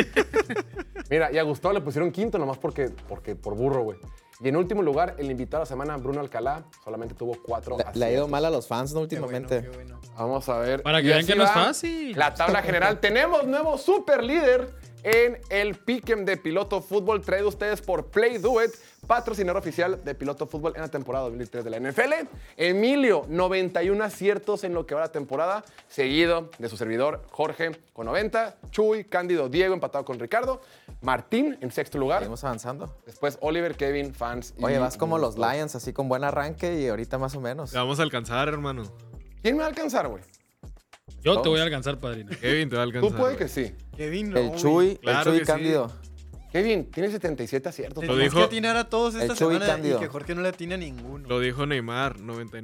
Mira, y a Gustavo le pusieron quinto nomás por burro, güey. Y en último lugar, el invitado de la semana, Bruno Alcalá, solamente tuvo 4 aciertos. Le ha ido mal a los fans, ¿no? Últimamente. Qué bueno. Vamos a ver. Para que Y vean así que no es va fácil. La tabla general. Tenemos nuevo super líder en el pick'em de Piloto Fútbol, traído a ustedes por Play Do It, patrocinador oficial de Piloto Fútbol en la temporada 2003 de la NFL. Emilio, 91 aciertos en lo que va la temporada, seguido de su servidor Jorge con 90, Chuy, Cándido, Diego empatado con Ricardo, Martín en sexto lugar, Seguimos avanzando. después Oliver, Kevin, Fans y... Oye, vas como los Gustavo. Lions, así con buen arranque y ahorita más o menos. Te vamos a alcanzar, hermano. ¿Quién me va a alcanzar, güey? Yo te voy a alcanzar, padrino. Kevin te va a alcanzar. Tú puede güey. que sí. Kevin, no, El güey. Chuy, Claro el que Chuy sí. Cándido. Kevin, tiene 77 aciertos. Lo Tenemos dijo- que atinar a todos esta El Chuy semana Cándido. y que Jorge no le atina a ninguno. Lo dijo Neymar,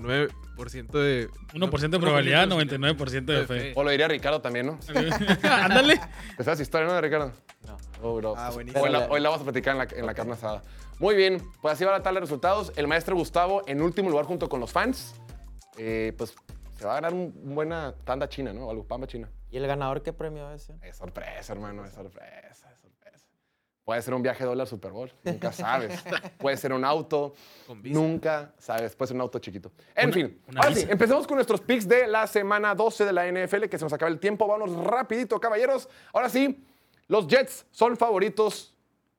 99% de... 1% de probabilidad, 99% de fe. O lo diría Ricardo también, ¿no? Ándale. ¿Te sabes historia, no, de Ricardo? No. Oh, bro. Ah, buenísimo. Hoy la vamos a platicar en la carne asada. Muy bien, pues así va la tabla de resultados. El maestro Gustavo en último lugar junto con los fans. Pues se va a ganar una buena tanda china, ¿no? Algo, pamba china. ¿Y el ganador qué premio ese? Es sorpresa, hermano, es sorpresa, es sorpresa. Puede ser un viaje dólar Super Bowl, nunca sabes. Puede ser un auto, Con visa. nunca sabes. Puede ser un auto chiquito. En fin, una ahora sí, visa. empecemos con nuestros picks de la semana 12 de la NFL, que se nos acaba el tiempo. Vámonos rapidito, caballeros. Ahora sí, los Jets son favoritos,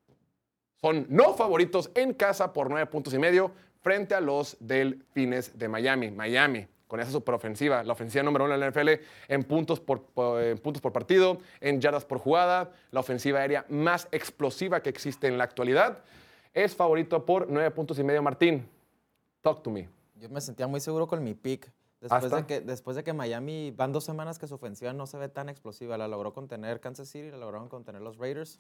son no favoritos en casa por 9.5 puntos frente a los Delfines de Miami. Miami, con esa superofensiva, la ofensiva número 1 de la NFL en puntos por partido, en yardas por jugada, la ofensiva aérea más explosiva que existe en la actualidad, es favorito por 9.5 puntos. Martín, talk to me. Yo me sentía muy seguro con mi pick. Después de que Miami van 2 semanas que su ofensiva no se ve tan explosiva. La logró contener Kansas City, la lograron contener los Raiders.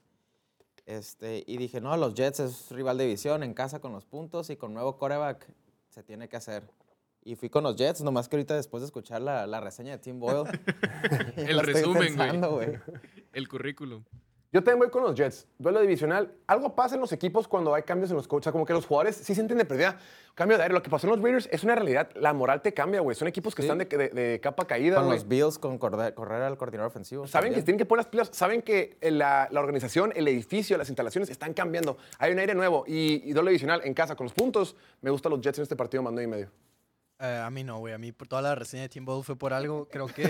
Y dije, no, los Jets es rival de división en casa con los puntos y con nuevo quarterback se tiene que hacer. Y fui con los Jets, nomás que ahorita después de escuchar la reseña de Tim Boyle. El la estoy resumen, pensando, güey. El currículum. Yo también voy con los Jets. Duelo divisional. Algo pasa en los equipos cuando hay cambios en los coaches. O sea, como que los jugadores sí sienten de perdida. Cambio de aire. Lo que pasó en los Raiders es una realidad. La moral te cambia, güey. Son equipos que están de capa caída, Con güey. los Bills, con correr al coordinador ofensivo. Saben que también. tienen que poner las pilas. Saben que la organización, el edificio, las instalaciones están cambiando. Hay un aire nuevo. Y duelo divisional en casa con los puntos. Me gustan los Jets en este partido más 9.5. A mí no, güey. A mí por toda la reseña de Tim Boyle fue por algo. Creo que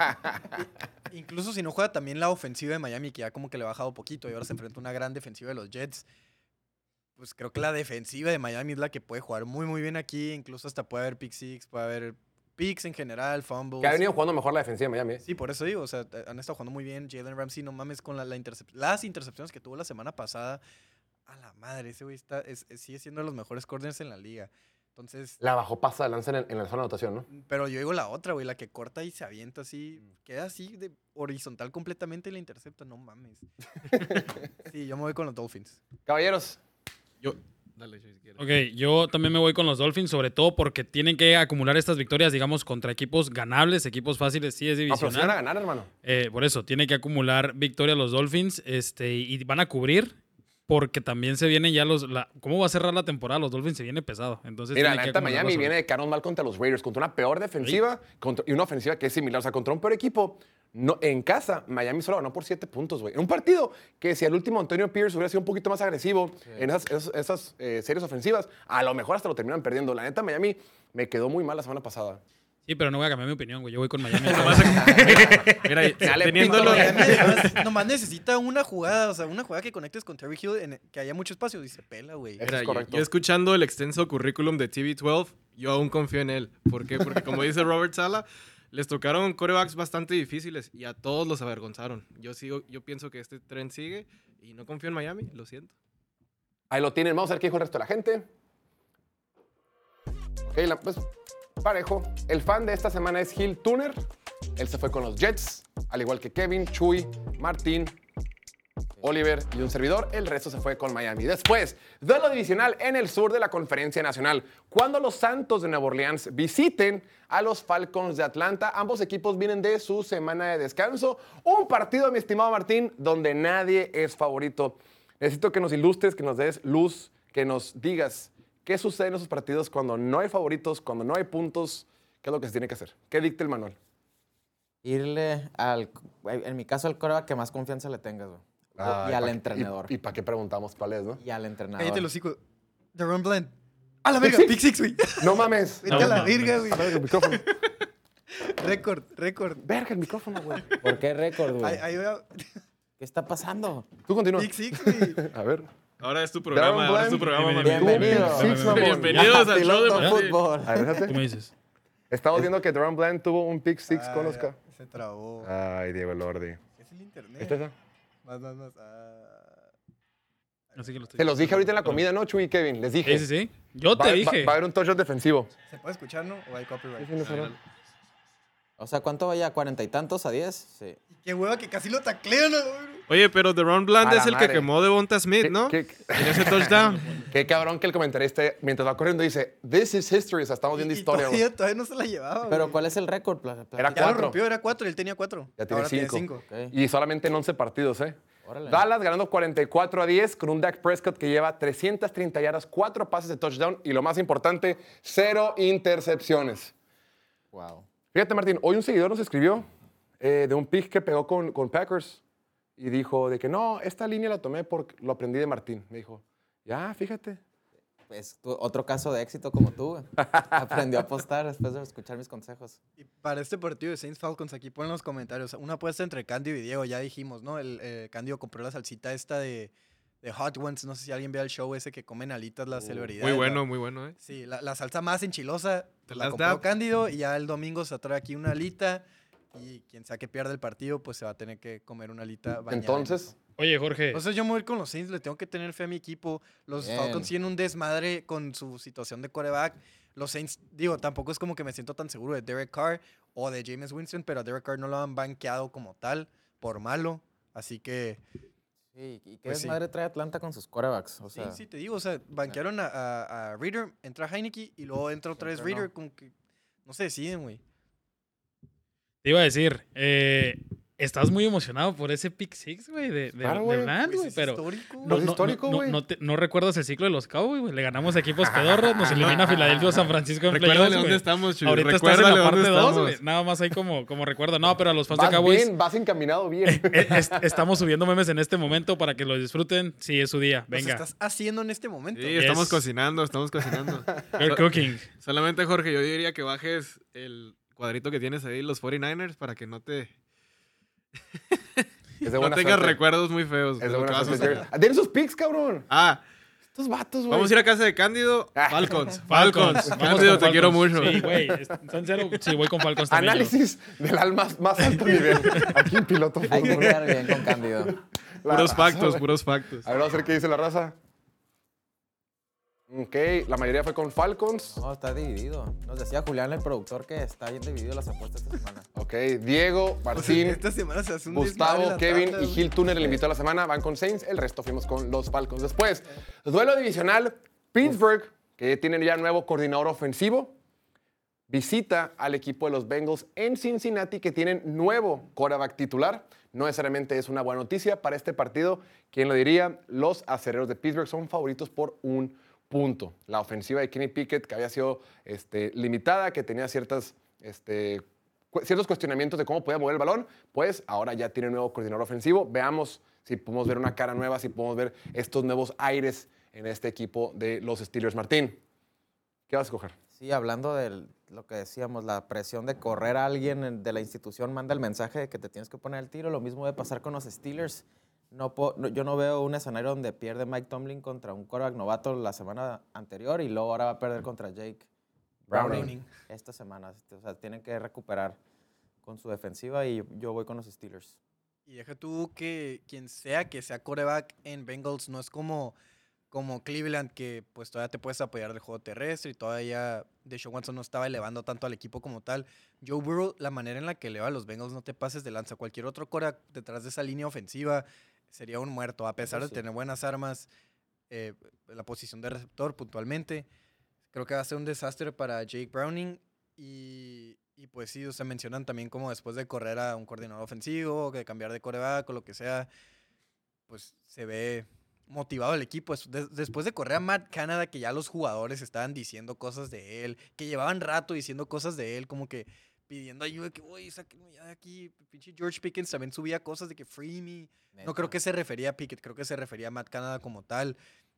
incluso si no juega también la ofensiva de Miami, que ya como que le ha bajado poquito y ahora se enfrenta a una gran defensiva de los Jets, pues creo que la defensiva de Miami es la que puede jugar muy, muy bien aquí. Incluso hasta puede haber pick six, puede haber picks en general, fumbles. Que ha venido jugando mejor la defensiva de Miami. Sí, por eso digo, o sea, han estado jugando muy bien. Jalen Ramsey, no mames, con las intercepciones que tuvo la semana pasada. A la madre, ese güey sigue siendo de los mejores corners en la liga. Entonces, La bajó pasa de lanza en la zona de anotación, ¿no? pero yo digo la otra, güey, la que corta y se avienta así, queda así de horizontal completamente y la intercepta, no mames. Sí, yo me voy con los Dolphins. Caballeros, Yo, Dale, si quieres. Ok, yo también me voy con los Dolphins, sobre todo porque tienen que acumular estas victorias, digamos, contra equipos ganables, equipos fáciles, sí es No, pero sí van a divisional. ganar, hermano. Por eso, tienen que acumular victorias los Dolphins y van a cubrir porque también se vienen ya ¿cómo va a cerrar la temporada? Los Dolphins se viene pesado. Entonces Mira, tienen la que neta, acumular Miami los viene de quedarnos mal contra los Raiders, contra una peor defensiva y una ofensiva que es similar. O sea, contra un peor equipo. No, en casa, Miami solo ganó por 7 puntos, güey. En un partido que si al último Antonio Pierce hubiera sido un poquito más agresivo en esas series ofensivas, a lo mejor hasta lo terminan perdiendo. La neta, Miami me quedó muy mal la semana pasada. Sí, pero no voy a cambiar mi opinión, güey. Yo voy con Miami. Mira, Dale, teniéndolo. Miami, además, nomás necesita una jugada, o sea, una jugada que conectes con Terry Hill, que haya mucho espacio, y se pela, güey. Eso Mira, es correcto. yo escuchando el extenso currículum de TB12, yo aún confío en él. ¿Por qué? Porque como dice Robert Sala, les tocaron quarterbacks bastante difíciles y a todos los avergonzaron. Yo pienso que este tren sigue y no confío en Miami, lo siento. Ahí lo tienen. Vamos a ver qué dijo el resto de la gente. Ok, pues parejo. El fan de esta semana es Gil Tuner. Él se fue con los Jets, al igual que Kevin, Chuy, Martín, Oliver y un servidor. El resto se fue con Miami. Después, duelo divisional en el sur de la Conferencia Nacional. Cuando los Santos de Nueva Orleans visiten a los Falcons de Atlanta, ambos equipos vienen de su semana de descanso. Un partido, mi estimado Martín, donde nadie es favorito. Necesito que nos ilustres, que nos des luz, que nos digas qué sucede en esos partidos cuando no hay favoritos, cuando no hay puntos. ¿Qué es lo que se tiene que hacer? ¿Qué dicta el manual? Irle en mi caso, al quarterback que más confianza le tengas, güey. Ay, Y al ¿pa' qué- entrenador. ¿Y para qué preguntamos cuál es, no? Y al entrenador. Cállate los hocico. Deron Bland. ¡A la verga! Pick Pick six, güey. No mames. Vete a la no, verga, güey. A ver, el micrófono. Récord. Verga, el micrófono, güey. ¿Por qué récord, güey? Ahí va. ¿Qué está pasando? Tú continúa. Pick six, güey. A ver. Ahora es tu programa, ahora es tu programa, mami. Bienvenido. Six, mamón. Bienvenidos al show de Piloto Martín. fútbol. A ver, ¿Tú déjate. me dices? Estamos viendo que Deron Bland tuvo un pick six con Ah, Oscar. ya, se trabó. Ay, Diego Lordi. Es el internet. ¿Este es esa? Más. Así que lo estoy Se los dije ahorita en la comida, ¿no, Chuy y Kevin? Les dije. Sí, sí, sí. Yo te dije. Va a haber un touchdown defensivo. ¿Se puede escuchar, no? ¿O hay copyright? O sea, ¿cuánto vaya? ¿40 y tantos a 10? Sí. Qué hueva que casi lo taclean, güey. Oye, pero Deron Bland A la es el madre. que quemó Devonta Smith, ¿no? ¿Qué, En ese touchdown. qué cabrón que el comentarista, mientras va corriendo, dice, This is history. O sea, estamos viendo historia, güey. Todavía no se la llevaba, Pero güey. ¿cuál es el récord? Era Ya lo 4. rompió, era 4, él tenía 4. Ya tiene Ahora 5. tiene 5. Ok. Y solamente en 11 partidos, ¿eh? Órale. Dallas ganando 44-10 con un Dak Prescott que lleva 330 yardas, 4 pases de touchdown y lo más importante, 0 intercepciones. Wow. Fíjate, Martín, hoy un seguidor nos escribió de un pick que pegó con Packers y dijo de que no, esta línea la tomé porque lo aprendí de Martín. Me dijo, ya, fíjate. Pues otro caso de éxito como tú, güey. Aprendió a apostar después de escuchar mis consejos. Y para este partido de Saints Falcons, aquí ponen los comentarios. Una apuesta entre Candio y Diego, ya dijimos, ¿no? Candio compró la salsita esta de Hot Ones. No sé si alguien ve el show ese que comen alitas las celebridades. Muy bueno, ¿eh? Sí, la salsa más enchilosa ¿Te la las compró da? Cándido y ya el domingo se trae aquí una alita y quien sea que pierda el partido pues se va a tener que comer una alita bañada en Entonces, eso. Oye, Jorge. Entonces yo me voy a ir con los Saints, le tengo que tener fe a mi equipo. Los Bien. Falcons tienen un desmadre con su situación de quarterback. Los Saints, digo, tampoco es como que me siento tan seguro de Derek Carr o de Jameis Winston, pero a Derek Carr no lo han banqueado como tal por malo. Así que Sí, ¿y qué Pues sí. desmadre trae Atlanta con sus quarterbacks? O sea, sí, te digo, o sea, banquearon a Reader, entra Heineke y luego entra otra vez Siempre Reader, como que no se deciden, güey. Te iba a decir, estás muy emocionado por ese pick six, güey, de Claro, güey. Bland, Pues güey, es pero histórico, No, güey. es histórico, güey. no recuerdas el ciclo de los Cowboys, güey. Le ganamos a equipos pedorros, nos elimina Filadelfia o San Francisco en Recuérdale playoffs, dónde güey. estamos, Chuy. Ahorita estás en Recuérdale la dónde parte 2, estamos. güey. Nada más ahí como recuerdo. No, pero a los fans de vas Cowboys bien, vas encaminado bien. estamos subiendo memes en este momento para que lo disfruten. Sí, es su día. Los Venga. estás haciendo en este momento. Sí, estamos Yes. cocinando, estamos cocinando. We're cooking. Solamente, Jorge, yo diría que bajes el cuadrito que tienes ahí, los 49ers, para que no te Es de no buena tengas suerte. recuerdos muy feos. Es de de lo que buena vas a suerte. hacer. Tienen sus picks, cabrón. Ah, Estos vatos, güey. vamos a ir a casa de Cándido. Falcons. Falcons. Vamos Cándido, con te quiero Falcons. mucho. Sí, güey. ¿En serio? Sí, voy con Falcons también. yo. Análisis del más alto nivel. Aquí en Piloto hay que Fútbol. quedar bien con Cándido. La Puros raza, factos, güey. puros factos. A ver, vamos a ver qué dice la raza. Ok, la mayoría fue con Falcons. No, está dividido. Nos decía Julián, el productor, que está bien dividido las apuestas esta semana. Ok, Diego, O sea, Martín, esta semana se hace un desmadre Gustavo, la Kevin tabla, y güey. Gil Tuner, el invitado de la semana, van con Saints. El resto fuimos con los Falcons. Después, duelo divisional Pittsburgh, que tienen ya nuevo coordinador ofensivo, visita al equipo de los Bengals en Cincinnati, que tienen nuevo quarterback titular. No necesariamente es una buena noticia para este partido. ¿Quién lo diría? Los acereros de Pittsburgh son favoritos por 1 punto. La ofensiva de Kenny Pickett, que había sido limitada, que tenía ciertos cuestionamientos de cómo podía mover el balón, pues ahora ya tiene un nuevo coordinador ofensivo. Veamos si podemos ver una cara nueva, si podemos ver estos nuevos aires en este equipo de los Steelers. Martín, ¿qué vas a escoger? Sí, hablando de lo que decíamos, la presión de correr a alguien de la institución manda el mensaje de que te tienes que poner el tiro. Lo mismo debe pasar con los Steelers. Yo no veo un escenario donde pierde Mike Tomlin contra un quarterback novato la semana anterior y luego ahora va a perder contra Jake Browning esta semana. O sea, tienen que recuperar con su defensiva y yo voy con los Steelers. Y deja tú que quien sea que sea quarterback en Bengals no es como Cleveland, que pues todavía te puedes apoyar del juego terrestre y todavía Deshaun Watson no estaba elevando tanto al equipo como tal. Joe Burrow, la manera en la que eleva a los Bengals, no te pases de lanza. Cualquier otro quarterback detrás de esa línea ofensiva sería un muerto, a pesar de tener buenas armas, la posición de receptor puntualmente. Creo que va a ser un desastre para Jake Browning y pues sí, o sea, mencionan también como después de correr a un coordinador ofensivo, de cambiar de quarterback o lo que sea, pues se ve motivado el equipo. Después de correr a Matt Canada, que ya los jugadores estaban diciendo cosas de él, que llevaban rato diciendo cosas de él, como que pidiendo ayuda, que, oye, sáquenme ya de aquí. Pinche George Pickens también subía cosas de que free me. No creo que se refería a Pickett, creo que se refería a Matt Canada como tal.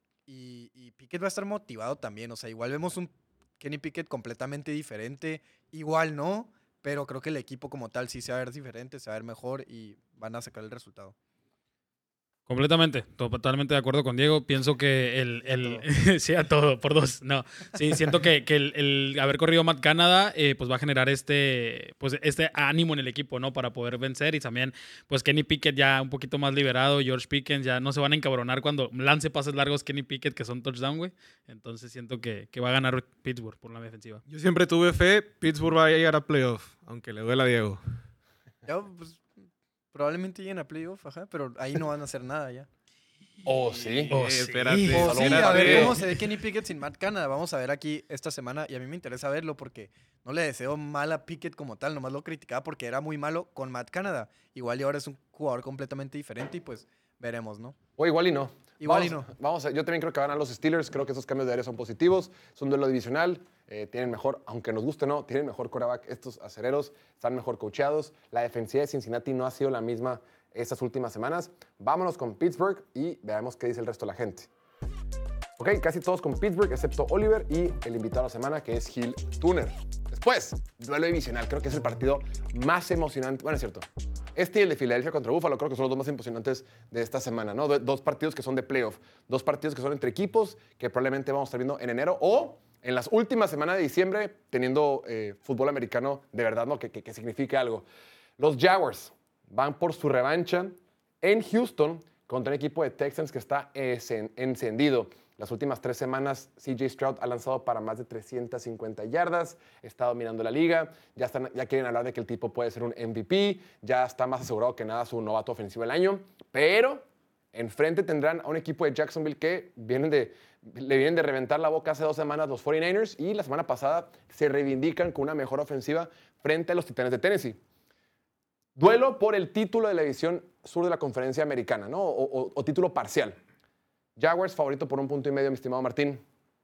Y Pickett va a estar motivado también. O sea, igual vemos un Kenny Pickett completamente diferente. Igual no, pero creo que el equipo como tal sí se va a ver diferente, se va a ver mejor y van a sacar el resultado. Completamente, totalmente de acuerdo con Diego. Pienso que sí, a todo, por 2. No, sí, siento que el haber corrido Matt Canada pues va a generar este ánimo en el equipo, ¿no? Para poder vencer. Y también, pues Kenny Pickett ya un poquito más liberado, George Pickens ya no se van a encabronar cuando lance pases largos Kenny Pickett, que son touchdown, güey. Entonces siento que va a ganar Pittsburgh por la defensiva. Yo siempre tuve fe, Pittsburgh va a llegar a playoff, aunque le duela a Diego. Ya, pues, probablemente lleguen a playoff, ajá, pero ahí no van a hacer nada ya. Sí. Espérate. A ver cómo se ve Kenny Pickett sin Matt Canada. Vamos a ver aquí esta semana y a mí me interesa verlo porque no le deseo mal a Pickett como tal, nomás lo criticaba porque era muy malo con Matt Canada. Igual y ahora es un jugador completamente diferente y pues veremos, ¿no? O igual y no. Vamos yo también creo que van a los Steelers. Creo que esos cambios de área son positivos. Es un duelo divisional. Tienen mejor, aunque nos guste o no, tienen mejor quarterback. Estos acereros están mejor coacheados. La defensiva de Cincinnati no ha sido la misma estas últimas semanas. Vámonos con Pittsburgh y veamos qué dice el resto de la gente. Ok, casi todos con Pittsburgh, excepto Oliver y el invitado de la semana, que es Gil Tuner. Después, duelo divisional. Creo que es el partido más emocionante. Bueno, es cierto. Este y el de Filadelfia contra Buffalo creo que son los dos más emocionantes de esta semana, ¿no? Dos partidos que son de playoff. Dos partidos que son entre equipos que probablemente vamos a estar viendo en enero o en las últimas semanas de diciembre teniendo fútbol americano de verdad, ¿no? Que signifique algo. Los Jaguars van por su revancha en Houston contra un equipo de Texans que está encendido. Las últimas 3 semanas, C.J. Stroud ha lanzado para más de 350 yardas, está dominando la liga, ya quieren hablar de que el tipo puede ser un MVP, ya está más asegurado que nada su novato ofensivo del año, pero enfrente tendrán a un equipo de Jacksonville que le vienen de reventar la boca hace 2 semanas los 49ers y la semana pasada se reivindican con una mejor ofensiva frente a los Titanes de Tennessee. Duelo por el título de la división sur de la conferencia americana, ¿no? O título parcial. Jaguars favorito por 1.5 puntos, mi estimado Martín.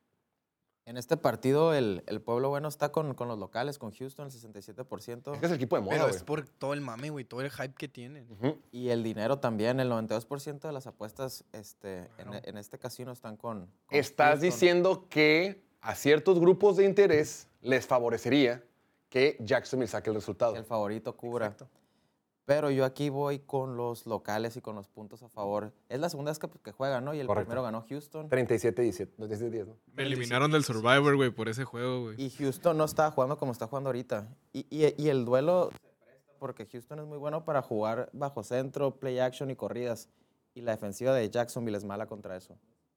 En este partido el pueblo bueno está con los locales, con Houston, el 67%. Es que es el equipo de moda, Pero güey. es por todo el mame, güey, todo el hype que tienen. Y el dinero también, el 92% de las apuestas en este casino están con Estás Houston. diciendo que a ciertos grupos de interés les favorecería que Jacksonville saque el resultado. El favorito cubra. Exacto. Pero yo aquí voy con los locales y con los puntos a favor. Es la segunda vez que juegan, ¿no? Y el Correcto. primero ganó Houston. 37-10, ¿no? Me eliminaron del Survivor, güey, por ese juego, güey. Y Houston no estaba jugando como está jugando ahorita. Y el duelo se presta porque Houston es muy bueno para jugar bajo centro, play action y corridas. Y la defensiva de Jacksonville es mala contra eso.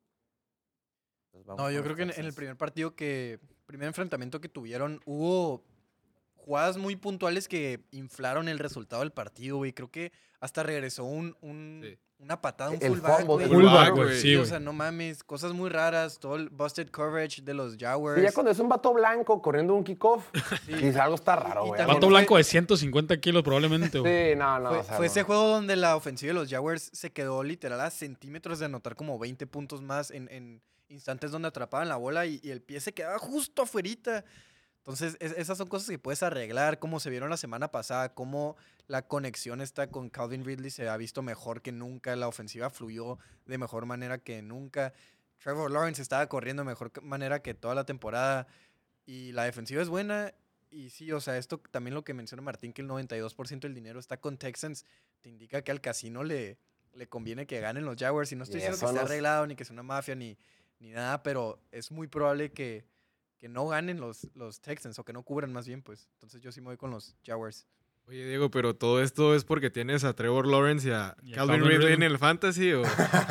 Entonces, vamos No, yo con creo los que en el Texans. primer enfrentamiento que tuvieron, hubo jugadas muy puntuales que inflaron el resultado del partido, güey. Creo que hasta regresó un una patada, un El fullback, fumble, güey. el Fullback, güey. güey. Sí, Sí, o güey. sea, no mames, cosas muy raras, todo el busted coverage de los Jaguars. Y ya cuando es un vato blanco corriendo un kickoff, dices, algo está raro, Y güey. también Vato Algo- blanco de 150 kilos probablemente, güey. Sí, no, Fue, o sea, fue no. ese juego donde la ofensiva de los Jaguars se quedó literal a centímetros de anotar como 20 puntos más en instantes donde atrapaban la bola y el pie se quedaba justo afuerita. Entonces, esas son cosas que puedes arreglar, como se vieron la semana pasada, cómo la conexión está con Calvin Ridley se ha visto mejor que nunca, la ofensiva fluyó de mejor manera que nunca. Trevor Lawrence estaba corriendo de mejor manera que toda la temporada y la defensiva es buena. Y sí, o sea, esto también lo que menciona Martín, que el 92% del dinero está con Texans, te indica que al casino le conviene que ganen los Jaguars. Y no estoy Y diciendo que eso esté nos- arreglado, ni que sea una mafia, ni nada, pero es muy probable que no ganen los Texans, o que no cubran más bien, pues. Entonces yo sí me voy con los Jaguars. Oye, Diego, pero todo esto es porque tienes a Trevor Lawrence y a Y a Calvin Calvin Ridley en Ridley. el fantasy, ¿o? ¿Por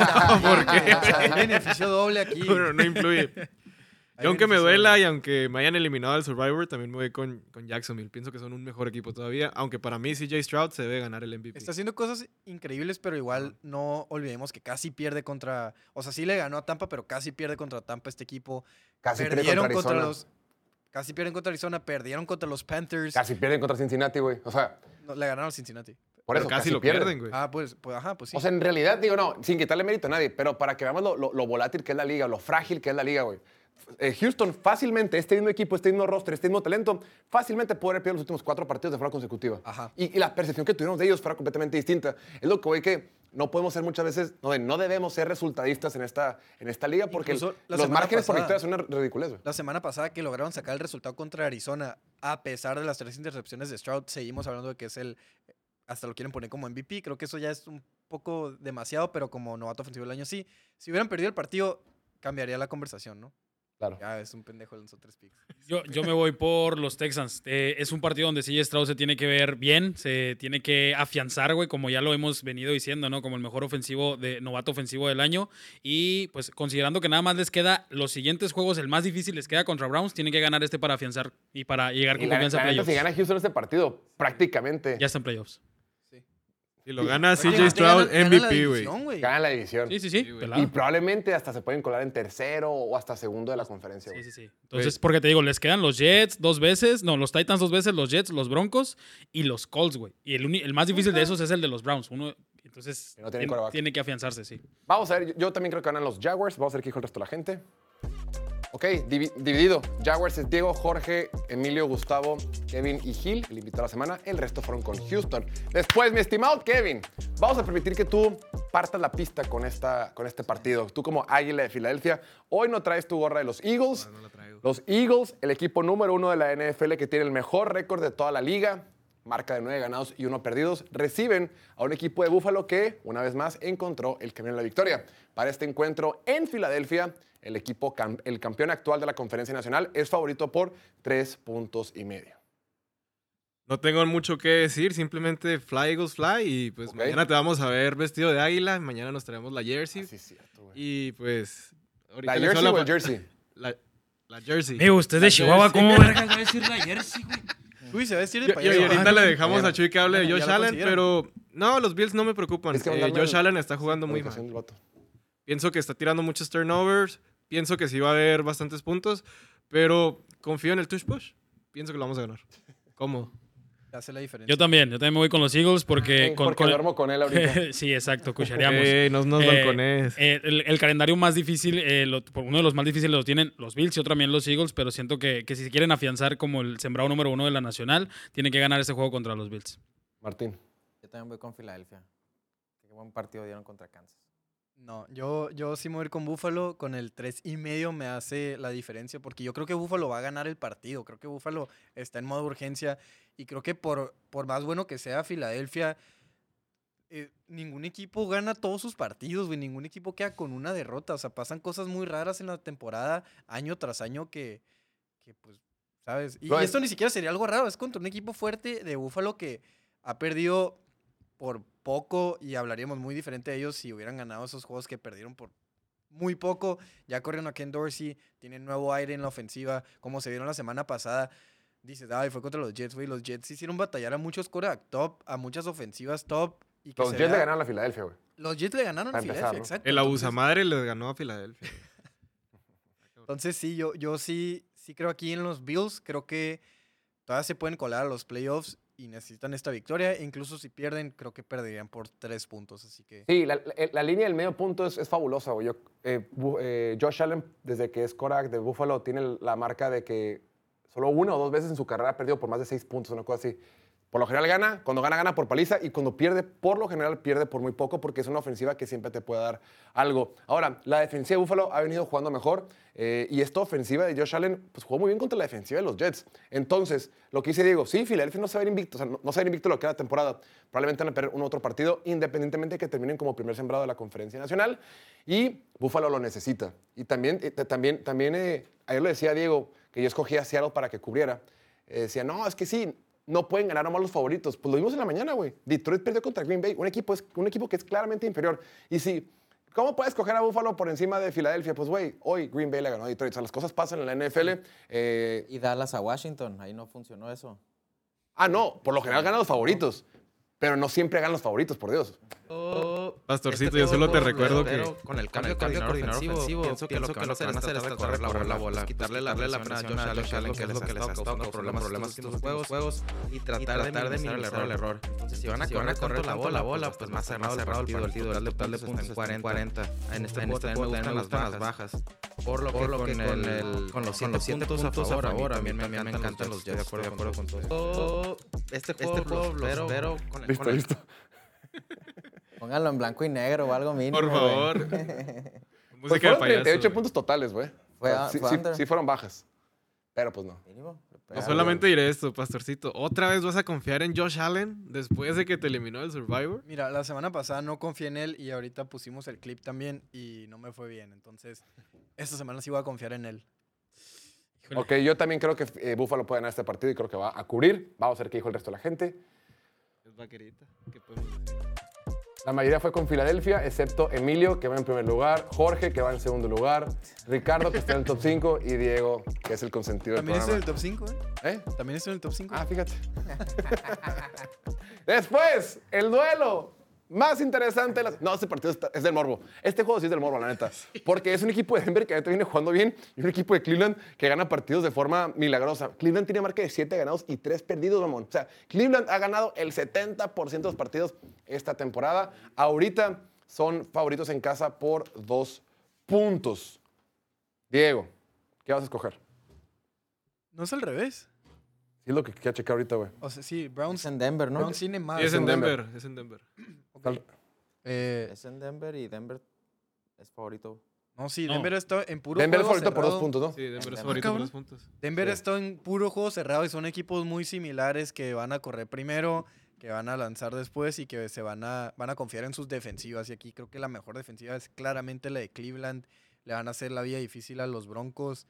qué? O sea, hay beneficio doble aquí. Pero no influye. Hay Y aunque me beneficio duela doble. y aunque me hayan eliminado al Survivor, también me voy con Jacksonville. Pienso que son un mejor equipo todavía, aunque para mí CJ Stroud se debe ganar el MVP. Está haciendo cosas increíbles, pero igual no olvidemos que casi pierde contra... O sea, sí le ganó a Tampa, pero casi pierde contra Tampa este equipo. Casi pierde Perdieron contra contra Arizona. los... Casi pierden contra Arizona, perdieron contra los Panthers. Casi pierden contra Cincinnati, güey. O sea, No, le ganaron a Cincinnati. por Pero eso casi lo pierden, güey. Ah, pues ajá, pues sí. O sea, en realidad, digo, no, sin quitarle mérito a nadie, pero para que veamos lo volátil que es la liga, lo frágil que es la liga, güey. Houston fácilmente, este mismo equipo, este mismo roster, este mismo talento, fácilmente puede haber perdido los últimos 4 partidos de forma consecutiva. Ajá. Y la percepción que tuvimos de ellos fuera completamente distinta. Es lo que voy que no podemos ser muchas veces, no debemos ser resultadistas en esta liga porque Incluso la los semana márgenes por pasada- victoria son una ridiculez, güey. La semana pasada que lograron sacar el resultado contra Arizona, a pesar de las 3 intercepciones de Stroud, seguimos hablando de que es hasta lo quieren poner como MVP. Creo que eso ya es un poco demasiado, pero como novato ofensivo del año sí. Si hubieran perdido el partido, cambiaría la conversación, ¿no? Claro. Ya es un pendejo, lanzó 3 picks. Yo me voy por los Texans. Es un partido donde CJ Stroud se tiene que ver bien, se tiene que afianzar, güey, como ya lo hemos venido diciendo, ¿no? Como el mejor novato ofensivo del año. Y pues considerando que nada más les queda los siguientes juegos, el más difícil les queda contra Browns, tienen que ganar este para afianzar y para llegar Y con la confianza a neta, playoffs. si gana Houston este partido, prácticamente Ya está en playoffs. Si lo gana Oye, CJ Stroud, ganan la MVP, güey. división, güey. ganan la división. Sí, Sí, güey. pelado. Y probablemente hasta se pueden colar en tercero o hasta segundo de la conferencia, Sí, güey. sí, sí. Entonces, porque te digo, les quedan los Jets 2 veces, no, los Titans 2 veces, los Jets, los Broncos y los Colts, güey. Y el más difícil de esos es el de los Browns. Entonces, Que no tienen quarterback. tiene que afianzarse, sí. Vamos a ver, yo también creo que ganan los Jaguars. Vamos a ver qué dijo el resto de la gente. Ok, dividido. Jaguars es Diego, Jorge, Emilio, Gustavo, Kevin y Gil, el invitado de la semana. El resto fueron con Houston. Después, mi estimado Kevin, vamos a permitir que tú partas la pista con este partido. Tú como Águila de Filadelfia, hoy no traes tu gorra de los Eagles. No la traigo. Los Eagles, el equipo número 1 de la NFL que tiene el mejor récord de toda la liga, marca de 9 ganados y 1 perdidos, reciben a un equipo de Buffalo que, una vez más, encontró el camino de la victoria. Para este encuentro en Filadelfia, el equipo, el campeón actual de la Conferencia Nacional, es favorito por 3.5 puntos. No tengo mucho que decir, simplemente fly Eagles fly y pues Ok. mañana te vamos a ver vestido de águila, mañana nos traemos la jersey Sí, es cierto, güey. y pues ahorita ¿La les jersey habla o el pa- jersey? La jersey. Amigo, usted es de La Chihuahua, jersey. ¿cómo vergas va a decir la jersey, güey? Uy, se va a vestir de Y payaso. ahorita Ah, le dejamos Bueno. a Chuy que hable de Ya Josh lo Allen, consiguieron. pero no, los Bills no me preocupan. Es que mandarme Josh el- Allen está jugando La muy ubicación mal. del vato. Pienso que está tirando muchos turnovers, pienso que sí va a haber bastantes puntos, pero confío en el touch push. Pienso que lo vamos a ganar. Cómodo. hace la diferencia. Yo también me voy con los Eagles porque... Porque duermo con él ahorita. sí, exacto, cuchareamos. No nos balcones. El calendario más difícil, uno de los más difíciles lo tienen los Bills y otro también los Eagles, pero siento que si se quieren afianzar como el sembrado número 1 de la Nacional, tienen que ganar ese juego contra los Bills. Martín. Yo también voy con Filadelfia. Qué buen partido dieron contra Kansas. No, yo sí me voy a ir con Buffalo. Con el 3.5 me hace la diferencia porque yo creo que Buffalo va a ganar el partido. Creo que Buffalo está en modo urgencia y creo que por más bueno que sea Filadelfia, ningún equipo gana todos sus partidos, güey. Ningún equipo queda con una derrota. O sea, pasan cosas muy raras en la temporada, año tras año, que pues, ¿sabes? Y No, es- esto ni siquiera sería algo raro. Es contra un equipo fuerte de Buffalo que ha perdido por poco y hablaríamos muy diferente de ellos si hubieran ganado esos juegos que perdieron por muy poco. Ya corrieron a Ken Dorsey, tienen nuevo aire en la ofensiva, como se vieron la semana pasada. Dices, ay, fue contra los Jets, güey. Los Jets hicieron batallar a muchos quarterback top, a muchas ofensivas top. Y que Los se Jets le vea- ganaron a Filadelfia, güey. Los Jets le ganaron a Para Filadelfia, empezar, ¿no? exacto. El Entonces- abusamadre le ganó a Filadelfia. Entonces sí, yo sí creo aquí en los Bills, creo que todavía se pueden colar a los playoffs y necesitan esta victoria. E incluso si pierden, creo que perderían por 3 puntos, así que... Sí, la línea del medio punto es fabulosa, güey. Josh Allen, desde que es quarterback de Buffalo, tiene la marca de que solo 1 o 2 veces en su carrera ha perdido por más de 6 puntos, una cosa así. Por lo general gana, cuando gana por paliza y cuando pierde, por lo general pierde por muy poco porque es una ofensiva que siempre te puede dar algo. Ahora, la defensiva de Buffalo ha venido jugando mejor y esta ofensiva de Josh Allen pues, jugó muy bien contra la defensiva de los Jets. Entonces, lo que dice Diego, sí, Filadelfia no se va a ir invicto, o sea, no se va a ir invicto lo que queda de temporada. Probablemente van a perder un otro partido independientemente de que terminen como primer sembrado de la Conferencia Nacional y Buffalo lo necesita. Y también ayer lo decía Diego, que yo escogí a Seattle para que cubriera. Decía, no, es que sí, no pueden ganar nomás los favoritos. Pues lo vimos en la mañana, güey. Detroit perdió contra Green Bay, un equipo que es claramente inferior. Y sí, ¿cómo puedes escoger a Buffalo por encima de Filadelfia? Pues, güey, hoy Green Bay le ganó a Detroit. O sea, las cosas pasan en la NFL. Y Dallas a Washington, ahí no funcionó eso. No, por lo general ganan los favoritos. Pero no siempre ganan los favoritos, por Dios. Pastorcito, yo solo te recuerdo que... Con el cambio de coordinador ofensivo, pienso que lo que van a hacer es correr la bola, quitarle la presión a Josh Allen, que es lo que les ha causado problemas en los últimos juegos, y tratar de minimizar el error. Entonces, si van a correr la bola, pues más cerrado el partido, el total de puntos está en 40. En este juego también me gustan las bajas. Por lo que con los 7 puntos a favor, a mí me encantan los Jets, de acuerdo con todo. Este juego lo espero con el... Listo. Pónganlo en blanco y negro o algo mínimo. Por favor. Pues Música de fueron payaso. 38 güey. puntos totales, güey. Fue Sí, under. sí fueron bajas. Pero pues no. Mínimo. No solamente diré esto, Pastorcito. ¿Otra vez vas a confiar en Josh Allen después de que te eliminó el Survivor? Mira, la semana pasada no confié en él y ahorita pusimos el clip también y no me fue bien. Entonces, esta semana sí voy a confiar en él. Híjole. Ok, yo también creo que Buffalo puede ganar este partido y creo que va a cubrir. Vamos a ver qué dijo el resto de la gente. Es vaquerita. ¿Qué podemos decir? La mayoría fue con Filadelfia, excepto Emilio, que va en primer lugar, Jorge, que va en segundo lugar, Ricardo, que está en el top 5, y Diego, que es el consentido del También estoy en el programa. top 5, ¿eh? ¿Eh? También estoy en el top 5. Ah, fíjate. Después, el duelo más interesante. No, este partido es del morbo. Este juego sí es del morbo, la neta. Porque es un equipo de Denver que ahorita viene jugando bien y un equipo de Cleveland que gana partidos de forma milagrosa. Cleveland tiene marca de 7 ganados y 3 perdidos, mamón. O sea, Cleveland ha ganado el 70% de los partidos esta temporada. Ahorita son favoritos en casa por 2 puntos. Diego, ¿qué vas a escoger? No es al revés. Sí, es lo que quiero checar ahorita, güey. O sea, sí, Browns, Es en Denver, ¿no? Browns tiene más. Es en Denver. Denver. Es en Denver. Ok. Es en Denver y Denver es favorito. No, sí, No. Denver está en puro Denver es juego favorito por 2 cerrado. puntos, ¿no? Sí, Denver es Denver. favorito por cabrón. 2 puntos. Denver Sí. está en puro juego cerrado y son equipos muy similares que van a correr primero, que van a lanzar después y que se van a confiar en sus defensivas. Y aquí creo que la mejor defensiva es claramente la de Cleveland. Le van a hacer la vida difícil a los Broncos.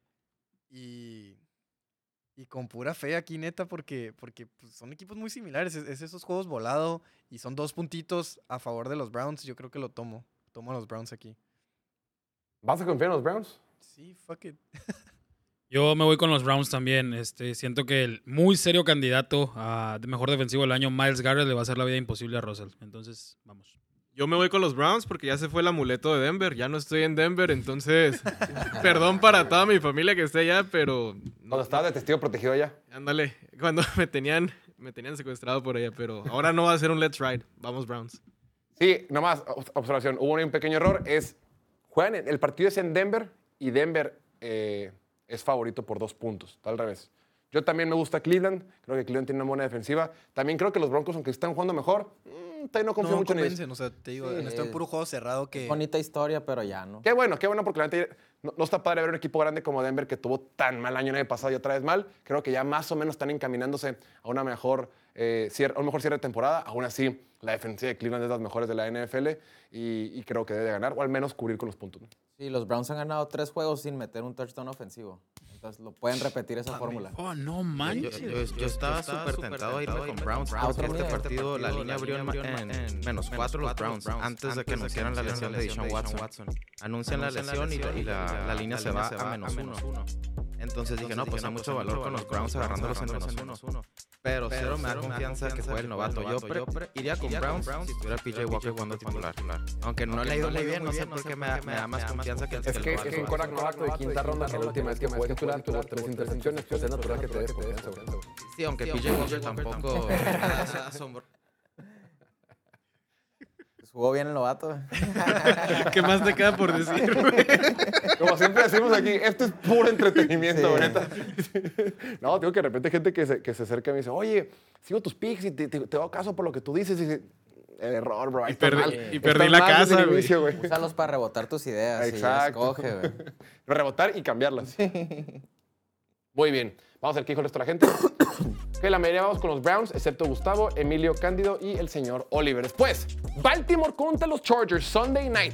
Y con pura fe aquí, neta, porque pues, son equipos muy similares. Es esos juegos volado y son 2 puntitos a favor de los Browns. Yo creo que lo tomo. Tomo a los Browns aquí. ¿Vas a confiar en los Browns? Sí, fuck it. Yo me voy con los Browns también. Siento que el muy serio candidato a mejor defensivo del año, Myles Garrett, le va a hacer la vida imposible a Russell. Entonces, vamos. Yo me voy con los Browns porque ya se fue el amuleto de Denver. Ya no estoy en Denver, entonces... perdón para toda mi familia que esté allá, pero... Cuando estabas de testigo protegido allá. Ándale, cuando me tenían secuestrado por allá, pero ahora no va a ser un let's ride. Vamos, Browns. Sí, nomás, observación. Hubo un pequeño error. El partido es en Denver y Denver es favorito por 2 puntos. Está al revés. Yo también me gusta Cleveland. Creo que Cleveland tiene una buena defensiva. También creo que los Broncos, aunque están jugando mejor, todavía no confío No mucho en ellos. convencen, o sea, te digo, Sí, está en puro juego cerrado que... Bonita historia, pero ya, ¿no? Qué bueno, porque la neta no está padre ver un equipo grande como Denver que tuvo tan mal año el año pasado y otra vez mal. Creo que ya más o menos están encaminándose a un mejor cierre de temporada. Aún así, la defensiva de Cleveland es de las mejores de la NFL y creo que debe ganar o al menos cubrir con los puntos, ¿no? Sí, los Browns han ganado 3 juegos sin meter un touchdown ofensivo. Entonces, lo pueden repetir esa fórmula. Oh, no manches. Yo estaba súper tentado a irme con Browns porque este partido la línea abrió en -4 los Browns antes de que anunciaran la lesión de Deshaun Watson. Anuncian la lesión y la línea se va a -1. Entonces dije, no, pues hay mucho valor con los Browns agarrándolos en -1. Pero cero me da confianza que juegue el novato. Yo iría con Browns si estuviera PJ Walker jugando titular. Aunque no le ha ido muy bien, no sé por qué me da más confianza que el Es que un quarterback novato de quinta ronda, que la última vez que fue titular tuvo 3 intercepciones, pues es natural que te des confianza, güey. Sí, aunque PJ Walker tampoco asombro. Jugó bien el novato. ¿Qué más te queda por decir, güey? Como siempre decimos aquí, esto es puro entretenimiento, Sí. neta. No, digo que de repente hay gente que se acerca y me dice, oye, sigo tus picks y te hago caso por lo que tú dices. Y dice, error, bro. Ahí estás mal. Y perdí Estás la mal desde casa, el güey. inicio, güey. Úsalos para rebotar tus ideas. Exacto. Y escoge, güey. Rebotar y cambiarlas. Muy bien. Vamos a ver qué dijo el resto de la gente. Ok, la mayoría vamos con los Browns, excepto Gustavo, Emilio Cándido y el señor Oliver. Después, Baltimore contra los Chargers, Sunday Night.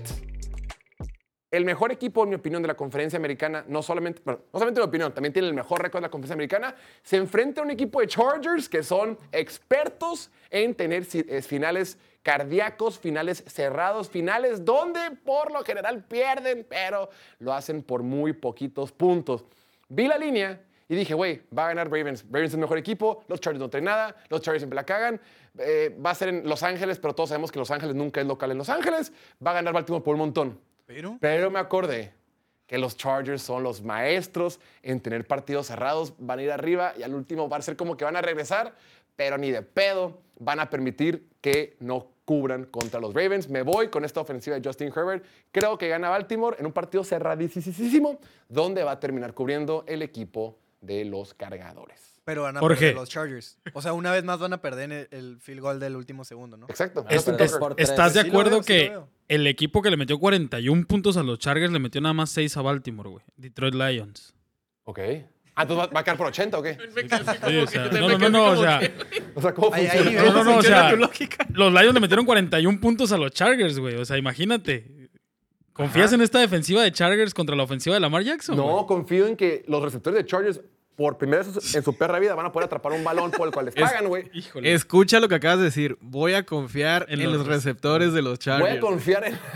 El mejor equipo, en mi opinión, de la conferencia americana, no solamente en mi opinión, también tiene el mejor récord de la conferencia americana, se enfrenta a un equipo de Chargers que son expertos en tener finales cardíacos, finales cerrados, finales donde por lo general pierden, pero lo hacen por muy poquitos puntos. Vi la línea y dije, güey, va a ganar Ravens. Ravens es el mejor equipo, los Chargers no traen nada, los Chargers siempre la cagan. Va a ser en Los Ángeles, pero todos sabemos que Los Ángeles nunca es local en Los Ángeles. Va a ganar Baltimore por un montón. Pero me acordé que los Chargers son los maestros en tener partidos cerrados, van a ir arriba y al último va a ser como que van a regresar, pero ni de pedo van a permitir que no cubran contra los Ravens. Me voy con esta ofensiva de Justin Herbert. Creo que gana Baltimore en un partido cerradísimo, donde va a terminar cubriendo el equipo de los Cargadores. Pero van a Jorge. perder los Chargers. O sea, una vez más van a perder el field goal del último segundo, ¿no? Exacto. ¿Estás de Sí lo acuerdo veo, sí que lo veo. el equipo que le metió 41 puntos a los Chargers le metió nada más 6 a Baltimore, güey? Detroit Lions. Ok. Entonces va a quedar por 80 o qué? Sí, o sea, no, o sea, O sea, ¿cómo Hay funciona? niveles. no, o sea, tu lógica. los Lions le metieron 41 puntos a los Chargers, güey. O sea, imagínate. ¿Confías en esta defensiva de Chargers contra la ofensiva de Lamar Jackson? No, güey? confío en que los receptores de Chargers, por primera vez en su perra vida, van a poder atrapar un balón por el cual les pagan, güey. Híjole. Escucha lo que acabas de decir. Voy a confiar En en los los receptores de los Voy Chargers. a confiar en...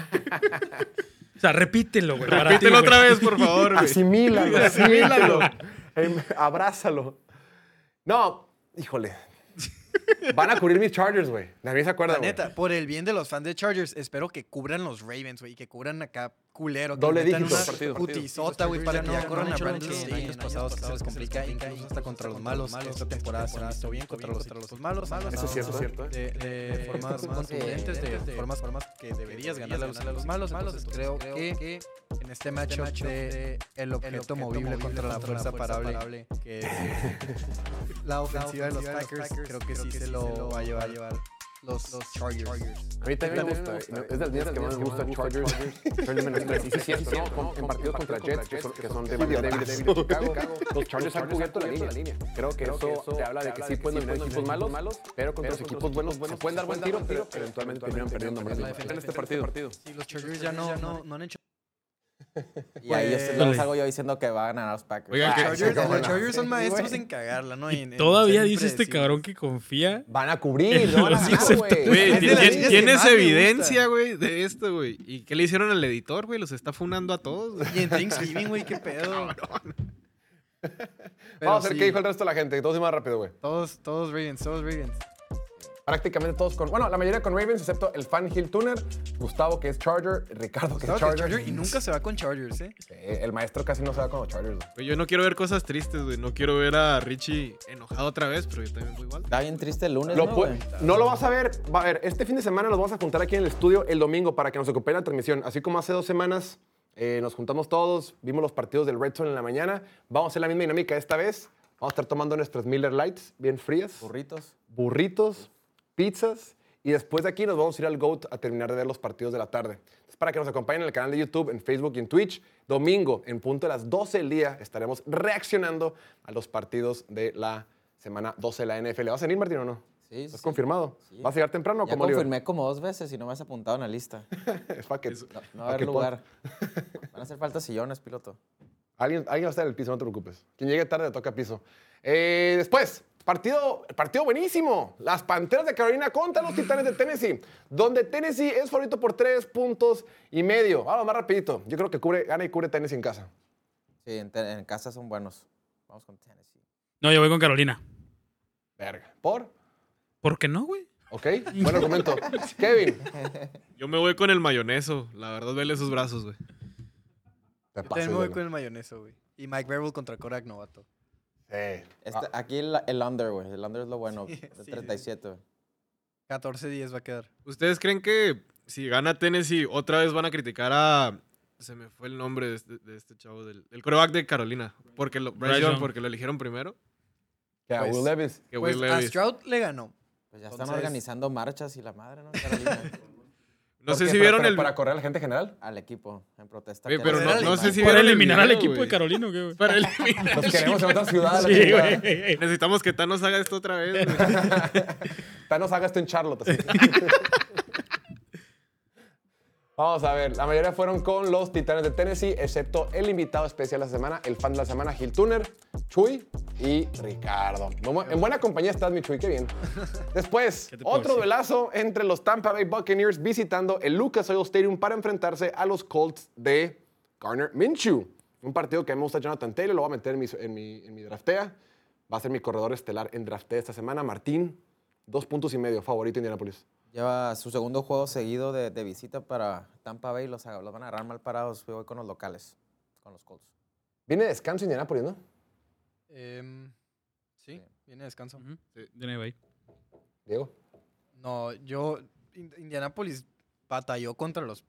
O sea, repítelo, güey. para ti, Repítelo güey. otra vez, por favor, güey. Asimílalo. Abrázalo. No, híjole. Van a cubrir mis Chargers, güey. Nadie se acuerda, La güey. neta, por el bien de los fans de Chargers, espero que cubran los Ravens, güey, y que cubran acá culero. Que Doble les metan dígito una partido. putisota, güey, para que ya corran a hecho lo Brandon que han hecho Staley. Años pasados que se les complica, incluso hasta contra los malos. Esta temporada se han visto bien contra los malos. Eso es cierto, De formas contundentes, de formas que deberías ganarle a los malos. Entonces creo que en este matchup de el objeto movible contra la fuerza parable, que es la ofensiva de los Packers, creo que sí se lo va a llevar los Chargers. A mí también me gusta. Es de los días que más me gusta Chargers. Chargers menos 3. Y sí es cierto, ¿no? En partidos contra Jets, que son de débil de Chicago, los Chargers han cubierto la línea. Creo que eso te habla de que sí pueden tener equipos malos, pero contra los equipos buenos se pueden dar buen tiro, pero eventualmente terminan perdiendo más en este partido. Sí, los Chargers ya no han hecho. Y ahí Pues- salgo yo diciendo que va a ganar a los Packers. Oigan, que- Los Chargers son maestros en cagarla, ¿no? Y en Todavía ser dice este impredecibles. cabrón que confía. Van a cubrir, no van a ganar, güey. Güey, Es de las líneas que tienes más me evidencia, güey, de esto, güey. ¿Y qué le hicieron al editor, güey? Los está funando a todos, güey. Y en Thanksgiving, güey, qué pedo. Vamos a ver qué dijo el resto de la gente. Todos y más rápido, güey. Todos Ravens. Prácticamente todos con... Bueno, la mayoría con Ravens, excepto el Fan Hill Tuner, Gustavo, que es Charger, Ricardo, que es Claro que Charger. Charger y nunca se va con Chargers, ¿eh? El maestro casi no se va con los Chargers, güey. Güey, yo no quiero ver cosas tristes, güey. No quiero ver a Richie enojado otra vez, pero yo también voy igual. Está bien triste el lunes, Lo ¿no, pu- güey? no lo vas a ver. Va a ver, este fin de semana nos vamos a juntar aquí en el estudio el domingo para que nos acompañe la transmisión. Así como hace 2 semanas nos juntamos todos, vimos los partidos del Red Zone en la mañana. Vamos a hacer la misma dinámica esta vez. Vamos a estar tomando nuestras Miller Lights bien frías. Burritos, pizzas. Y después de aquí nos vamos a ir al GOAT a terminar de ver los partidos de la tarde. Entonces, para que nos acompañen en el canal de YouTube, en Facebook y en Twitch, domingo, en punto de las 12 del día, estaremos reaccionando a los partidos de la semana 12 de la NFL. ¿Vas a venir, Martín, o no? Sí, ¿Estás sí. confirmado? Sí. ¿Vas a llegar temprano o Ya cómo, Oliver? confirmé como 2 veces y no me has apuntado en la lista. Es pa' que... No va a haber lugar. Van a hacer falta sillones, piloto. Alguien va a estar en el piso, no te preocupes. Quien llegue tarde le toca piso. Después, partido buenísimo. Las Panteras de Carolina contra los Titanes de Tennessee, donde Tennessee es favorito por 3.5 puntos. Vamos más rapidito. Yo creo que gana y cubre Tennessee en casa. Sí, en casa son buenos. Vamos con Tennessee. No, yo voy con Carolina. Verga. ¿Por? ¿Por qué no, güey? Ok, buen argumento. Kevin. Yo me voy con el mayoneso. La verdad, vele sus brazos, güey. Te Yo pasas también me voy de con el mayoneso, güey. Y Mike Vrabel contra Korak Novato. Sí. Aquí el under, güey. El under es lo bueno. Sí, de sí, 37, güey. 14-10 va a quedar. ¿Ustedes creen que si gana Tennessee, otra vez van a criticar a... Se me fue el nombre de este chavo, del quarterback de Carolina. Bryce Young, porque lo eligieron primero. Que a Pues- Will Levis. Que Pues Will a Levis. Stroud le ganó. Pues ya están Entonces- organizando marchas y la madre, ¿no? Carolina. No ¿Por sé qué? si vieron ¿Para, el... para correr a la gente general? Al equipo, en protesta. Güey, que pero era no sé si Para vieron el eliminar al video, equipo güey. de Carolina, ¿o qué, güey? Para eliminar. Los queremos en otra ciudad. a la Sí, chingada. güey. Necesitamos que Thanos haga esto otra vez, güey. Thanos haga esto en Charlotte. Así. Vamos a ver, la mayoría fueron con los Titanes de Tennessee, excepto el invitado especial de la semana, el fan de la semana, Gil Tuner, Chuy y Ricardo. En buena compañía estás, mi Chuy, qué bien. Después, ¿Qué te puedo otro decir? duelazo entre los Tampa Bay Buccaneers visitando el Lucas Oil Stadium para enfrentarse a los Colts de Gardner Minshew. Un partido que a mí me gusta Jonathan Taylor, lo voy a meter en mi draftea. Va a ser mi corredor estelar en draftea esta semana. Martín, 2.5 puntos, favorito Indianapolis. Lleva su segundo juego seguido de visita para Tampa Bay. Los van a agarrar mal parados. Yo voy con los locales, con los Colts. Viene descanso Indianapolis, ¿no? Sí, viene descanso. Ujú. Viene ahí. Diego. No, Indianapolis batalló contra los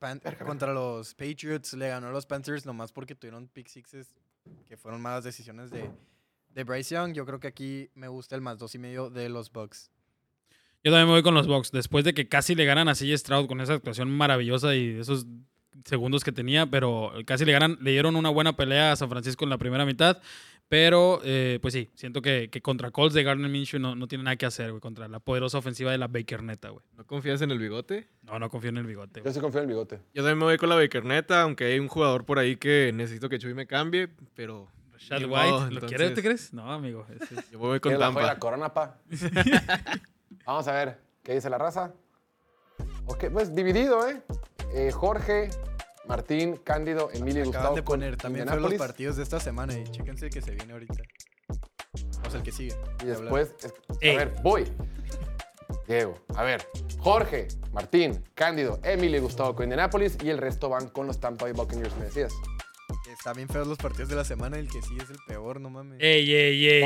Patriots, le ganó a los Panthers nomás porque tuvieron pick sixes que fueron malas decisiones de Bryce Young. Yo creo que aquí me gusta el más 2.5 de los Bucks. Yo también me voy con los Bucks. Después de que casi le ganan a CJ Stroud con esa actuación maravillosa y esos segundos que tenía, pero casi le dieron una buena pelea a San Francisco en la primera mitad. Pero, pues sí, siento que contra Colts de Gardner Minshew no tiene nada que hacer, güey, contra la poderosa ofensiva de la Bakerneta, güey. ¿No confías en el bigote? No confío en el bigote, Yo güey. sí confío en el bigote. Yo también me voy con la Bakerneta, aunque hay un jugador por ahí que necesito que Chuy me cambie, pero... Rashad ni White, modo, ¿lo entonces, quieres, te crees? No, amigo. Yo me voy con ¿Quieres la joya de Tampa. la corona, pa? Vamos a ver, ¿qué dice la raza? Ok, pues dividido, ¿eh? Jorge, Martín, Cándido, Emilio y Gustavo. Acaban de con poner también fueron los Indianapolis. partidos de esta semana y chéquense el que se viene ahorita. O sea, el que sigue. Y después, a Ey. ver, voy. Diego, a ver, Jorge, Martín, Cándido, Emilio y Gustavo con Indianapolis y el resto van con los Tampa Bay Buccaneers, me decías. Están bien feos los partidos de la semana y el que sigue es el peor, no mames. Ey.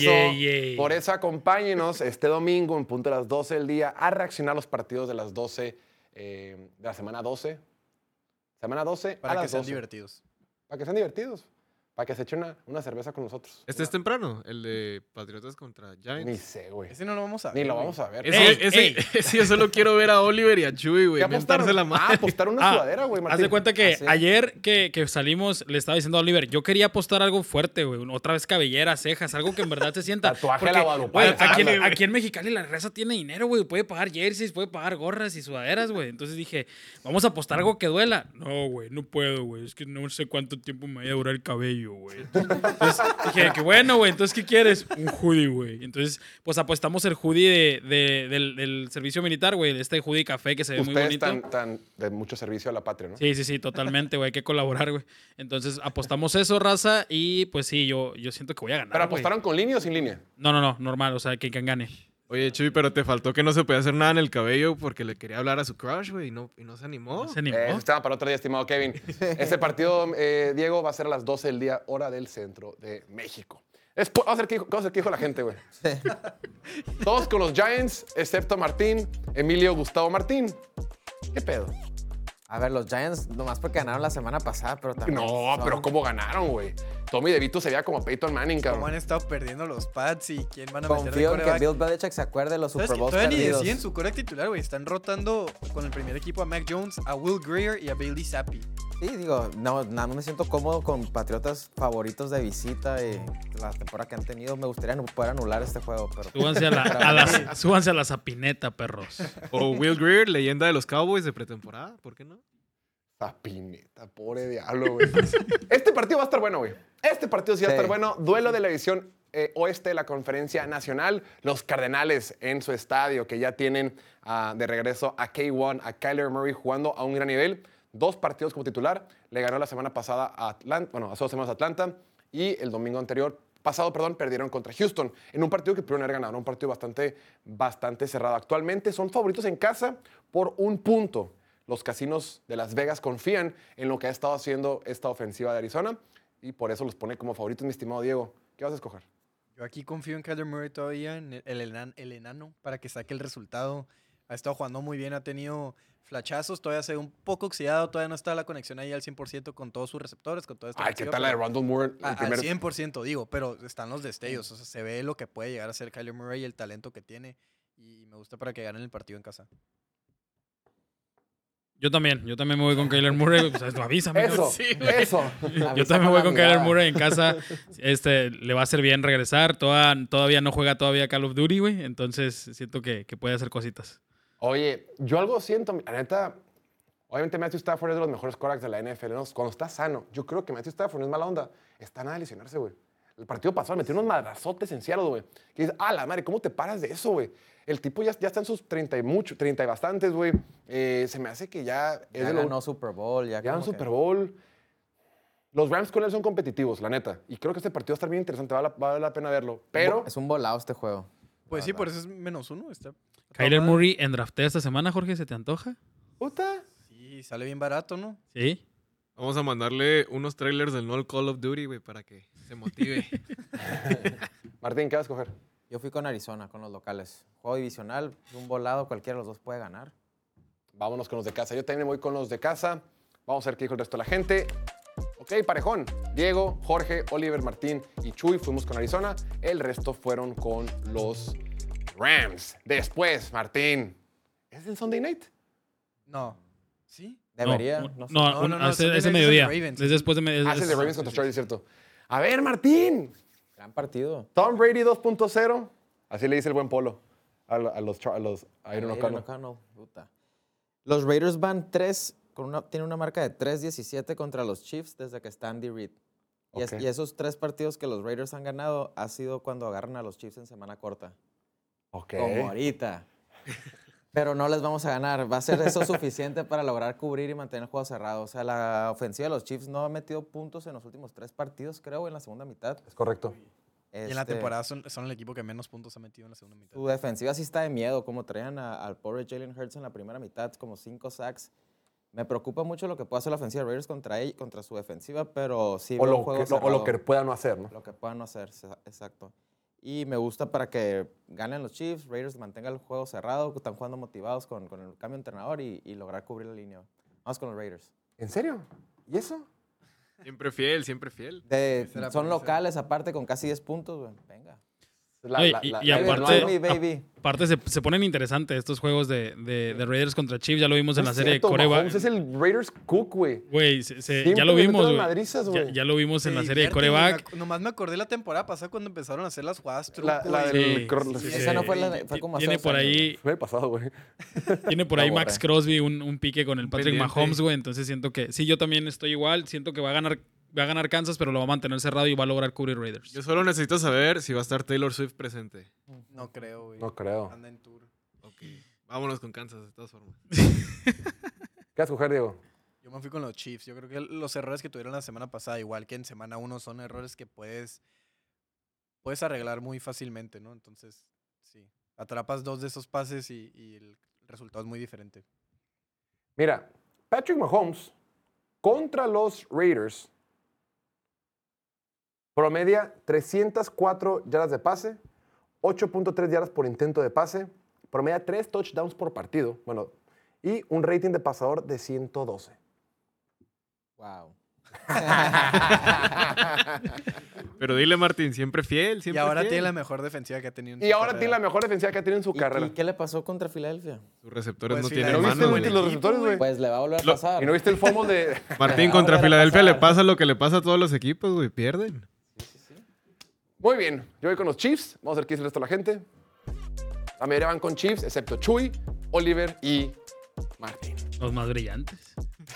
Por eso acompáñenos este domingo en punto de las 12 del día a reaccionar a los partidos de las 12, de la semana 12. Semana 12 a Para que las sean 12. divertidos. Para que sean divertidos. Para que se echen una cerveza con nosotros. Este es temprano, el de Patriotas contra Ni Giants. sé, güey. Ese no lo vamos a ver. Ni lo güey. vamos a ver. Ese yo solo quiero ver a Oliver y a Chuy, güey. ¿Qué apostaron? Mentarse la Ah, madre. apostaron una sudadera, güey, Haz Martín. de cuenta que ¿Ah, sí? ayer que salimos, le estaba diciendo a Oliver, yo quería apostar algo fuerte, güey. Otra vez cabellera, cejas, algo que en verdad se sienta. Tatuaje a la Porque, Guadalupana, güey, ándale. aquí en Mexicali la raza tiene dinero, güey. Puede pagar jerseys, puede pagar gorras y sudaderas, güey. Entonces dije, vamos a apostar algo que duela. No, güey, no puedo, güey. Es que no sé cuánto tiempo me vaya a durar el cabello, güey. Entonces dije, que bueno, güey. Entonces, ¿qué quieres? Un hoodie, güey. Entonces, pues apostamos el hoodie del servicio militar, güey. Este hoodie café que se ve muy Ustedes bonito. tan de mucho servicio a la patria, ¿no? Sí, totalmente, güey. Hay que colaborar, güey. Entonces, apostamos eso, raza. Y pues sí, yo siento que voy a ganar. ¿Pero güey. apostaron con línea o sin línea? No, normal. O sea, que quien gane. Oye, Chuy, pero te faltó que no se podía hacer nada en el cabello porque le quería hablar a su crush, güey, y no se animó. No se animó. Eso estaba para otro día, estimado Kevin. Este partido, Diego, va a ser a las 12 del día, hora del centro de México. Vamos a ver qué dijo la gente, güey. Todos con los Giants, excepto Martín, Emilio, Gustavo, Martín. ¿Qué pedo? A ver, los Giants, nomás porque ganaron la semana pasada, pero también. No, son- pero ¿cómo ganaron, güey? Tommy DeVito se veía como Peyton Manning, ¿Cómo cabrón. han estado perdiendo los Pats y quién van a meter de Confío en que quarterback? Bill Belichick se acuerde de los ¿Sabes Super qué? Bowls Todavía ni perdidos. deciden su coreback titular, güey. Están rotando con el primer equipo a Mac Jones, a Will Greer y a Bailey Zappi. Sí, digo, no me siento cómodo con Patriotas favoritos de visita y la temporada que han tenido. Me gustaría poder anular este juego, pero... Súbanse a la zapineta, perros. O Will Greer, leyenda de los Cowboys de pretemporada, ¿por qué no? Zapineta, pobre diablo, güey. Este partido va a estar bueno, güey. Este partido sí va a estar Sí. bueno. Duelo de la división oeste de la Conferencia Nacional. Los Cardenales en su estadio, que ya tienen de regreso a K1, a Kyler Murray jugando a un gran nivel. 2 partidos como titular. Le ganó la semana pasada a Atlanta, bueno, hace 2 semanas a Atlanta. Y el domingo anterior pasado, perdieron contra Houston en un partido que pudieron haber ganado, un partido bastante cerrado. Actualmente son favoritos en casa por 1 punto. Los casinos de Las Vegas confían en lo que ha estado haciendo esta ofensiva de Arizona y por eso los pone como favoritos, mi estimado Diego. ¿Qué vas a escoger? Yo aquí confío en Kyler Murray todavía, en el enano, para que saque el resultado. Ha estado jugando muy bien, ha tenido flachazos, todavía se ve un poco oxidado, todavía no está la conexión ahí al 100% con todos sus receptores, con toda esta Ay, ¿qué tal la de Rondell Moore? Al 100% digo, pero están los destellos, o sea, se ve lo que puede llegar a ser Kyler Murray y el talento que tiene, y me gusta para que ganen el partido en casa. Yo también me voy con Kyler Murray. Pues, avísame. Eso, Sí, eso. Yo también me voy con Kyler Murray en casa. Le va a hacer bien regresar. Todavía no juega Call of Duty, güey. Entonces siento que puede hacer cositas. Oye, yo algo siento, la neta, obviamente Matthew Stafford es de los mejores quarterbacks de la NFL, ¿no? Cuando está sano, yo creo que Matthew Stafford no es mala onda. Está nada de lesionarse, güey. El partido pasado metió unos madrazotes en Seattle, güey. Que dices, la madre, ¿cómo te paras de eso, güey? El tipo ya está en sus 30 y bastantes, güey. Se me hace que ya... Ya ganó Super Bowl. Ya ganó Super Bowl. Los Rams con él son competitivos, la neta. Y creo que este partido va a estar bien interesante. Vale la pena verlo. Pero... Es un volado este juego. Pues sí, por eso es -1. Está Kyler Murray en draftea esta semana, Jorge, ¿se te antoja? ¿Puta? Sí, sale bien barato, ¿no? Sí. Vamos a mandarle unos trailers del nuevo Call of Duty, güey, para que se motive. Martín, ¿qué vas a escoger? Yo fui con Arizona, con los locales. Juego divisional, un volado, cualquiera de los dos puede ganar. Vámonos con los de casa. Yo también voy con los de casa. Vamos a ver qué dijo el resto de la gente. Ok, parejón. Diego, Jorge, Oliver, Martín y Chuy fuimos con Arizona. El resto fueron con los Rams. Después, Martín. ¿Es el Sunday Night? No. ¿Sí? Debería. No, ese mediodía. Es después de mediodía. Es el de Ravens contra Chargers, ¿cierto? A ver, Martín. Gran partido. Tom Brady 2.0. Así le dice el buen Polo a los Iron O'Connell. Los Raiders van 3, tienen una marca de 3-17 contra los Chiefs desde que está Andy Reid. Okay. Y esos 3 partidos que los Raiders han ganado ha sido cuando agarran a los Chiefs en semana corta. Okay. Como ahorita. Pero no les vamos a ganar. Va a ser eso suficiente para lograr cubrir y mantener el juego cerrado. O sea, la ofensiva de los Chiefs no ha metido puntos en los últimos 3 partidos, creo, en la segunda mitad. Es correcto. Y en la temporada son el equipo que menos puntos ha metido en la segunda mitad. Su defensiva sí está de miedo, como traían al pobre Jalen Hurts en la primera mitad, como 5 sacks. Me preocupa mucho lo que pueda hacer la ofensiva de Raiders contra su defensiva, pero sí veo un juego cerrado. O lo que puedan no hacer, ¿no? Lo que puedan no hacer, exacto. Y me gusta para que ganen los Chiefs, Raiders mantengan el juego cerrado, están jugando motivados con el cambio de entrenador y lograr cubrir la línea. Vamos con los Raiders. ¿En serio? ¿Y eso? Siempre fiel, siempre fiel. Son locales, aparte, con casi 10 puntos, güey. Venga. Y aparte se ponen interesantes estos juegos de Raiders contra Chiefs. Ya lo vimos en la serie de Coreback. Es el Raiders Cook, güey. Güey, ya lo vimos, güey. Ya lo vimos en la serie de Coreback. Nomás me acordé la temporada pasada cuando empezaron a hacer las jugadas truco. Esa no fue como tiene por ahí. Fue pasado, güey. Tiene por ahí Max Crosby un pique con el Patrick Mahomes, güey. Entonces siento que sí, yo también estoy igual. Siento que va a ganar Kansas, pero lo va a mantener cerrado y va a lograr cubrir Raiders. Yo solo necesito saber si va a estar Taylor Swift presente. No creo, güey. No creo. Anda en tour. Ok. Vámonos con Kansas, de todas formas. ¿Qué vas a escoger, Diego? Yo me fui con los Chiefs. Yo creo que los errores que tuvieron la semana pasada, igual que en semana 1, son errores que puedes arreglar muy fácilmente, ¿no? Entonces, sí. Atrapas 2 de esos pases y el resultado es muy diferente. Mira, Patrick Mahomes contra los Raiders promedia 304 yardas de pase, 8.3 yardas por intento de pase, promedia 3 touchdowns por partido, bueno, y un rating de pasador de 112. Wow. Pero dile, Martín, siempre fiel, siempre Y ahora fiel. tiene la mejor defensiva que ha tenido en su Y ahora carrera. tiene la mejor defensiva que ha tenido en su carrera. ¿Y qué le pasó contra Filadelfia? Sus receptores Pues no tienen ¿No viste mano, güey. los receptores, güey? Pues le va a volver a pasar. ¿Y no viste el fumble de...? Martín, contra Filadelfia le pasa lo que le pasa a todos los equipos, güey. Pierden. Muy bien, yo voy con los Chiefs. Vamos a ver qué dice el resto de la gente. La mayoría van con Chiefs, excepto Chuy, Oliver y Martín. Los más brillantes.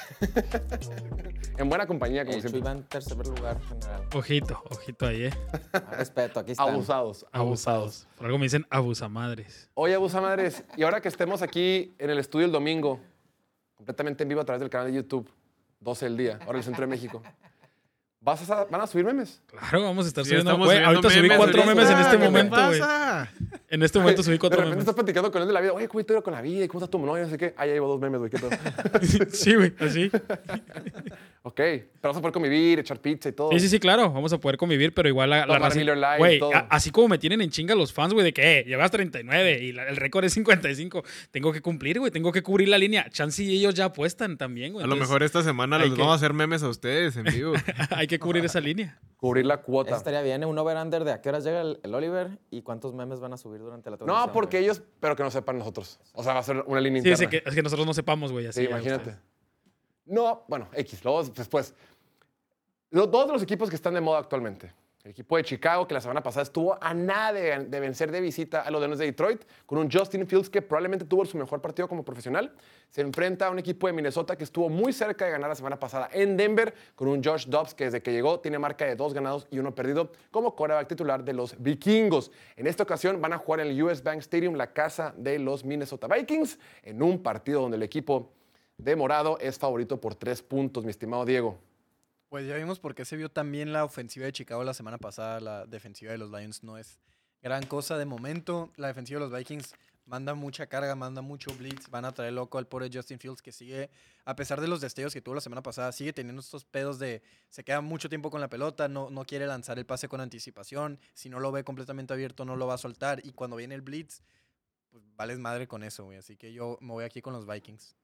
En buena compañía, como El Chuy siempre. va en tercer lugar general. Ojito ahí, Más respeto, aquí están. Abusados. Por algo me dicen abusamadres. Oye, abusamadres, y ahora que estemos aquí en el estudio el domingo, completamente en vivo a través del canal de YouTube, 12 del día, hora del centro de México, ¿Van a subir memes? Claro, vamos a estar Sí, subiendo. estamos Güey, subiendo ahorita subí memes 4 ahorita. memes en este ¿Qué te momento, güey. pasa? En este momento subí 4 De repente memes. estás platicando con él de la vida. Oye, ¿cómo te iba con la vida? ¿Cómo está tu novia? No sé qué. Ah, ya llevo 2 memes, güey. ¿Qué pedo? Sí, güey, así. Ok. Pero vas a poder convivir, echar pizza y todo. Sí, claro. Vamos a poder convivir, pero igual la Tomar raza- Miller Lite, güey, todo. así como me tienen en chinga los fans, güey, de que llevas 39 y el récord es 55. Tengo que cumplir, güey. Tengo que cubrir la línea. Chance y ellos ya apuestan también, güey. A lo Entonces, mejor esta semana hay les que- vamos a hacer memes a ustedes en vivo. hay que cubrir esa línea. Cubrir la Eso cuota. estaría bien, un over-under de a qué horas llega el Oliver y cuántos memes van a subir durante la transmisión. No, porque güey. ellos, pero que no sepan nosotros. O sea, va a ser una línea Sí, interna. es que nosotros no sepamos, güey. Así Sí, ya imagínate. ustedes. No, bueno, X. Luego, después. Dos de los equipos que están de moda actualmente. El equipo de Chicago, que la semana pasada estuvo a nada de vencer de visita a los Leones de Detroit, con un Justin Fields que probablemente tuvo su mejor partido como profesional. Se enfrenta a un equipo de Minnesota que estuvo muy cerca de ganar la semana pasada en Denver, con un Josh Dobbs que desde que llegó tiene marca de 2 ganados y 1 perdido como quarterback titular de los Vikingos. En esta ocasión van a jugar en el US Bank Stadium, la casa de los Minnesota Vikings, en un partido donde el equipo de morado es favorito por 3 puntos, mi estimado Diego. Pues ya vimos por qué se vio también la ofensiva de Chicago la semana pasada. La defensiva de los Lions no es gran cosa de momento. La defensiva de los Vikings manda mucha carga, manda mucho blitz. Van a traer loco al pobre Justin Fields, que sigue, a pesar de los destellos que tuvo la semana pasada, sigue teniendo estos pedos de se queda mucho tiempo con la pelota, no quiere lanzar el pase con anticipación. Si no lo ve completamente abierto, no lo va a soltar. Y cuando viene el blitz, pues vales madre con eso, güey. Así que yo me voy aquí con los Vikings.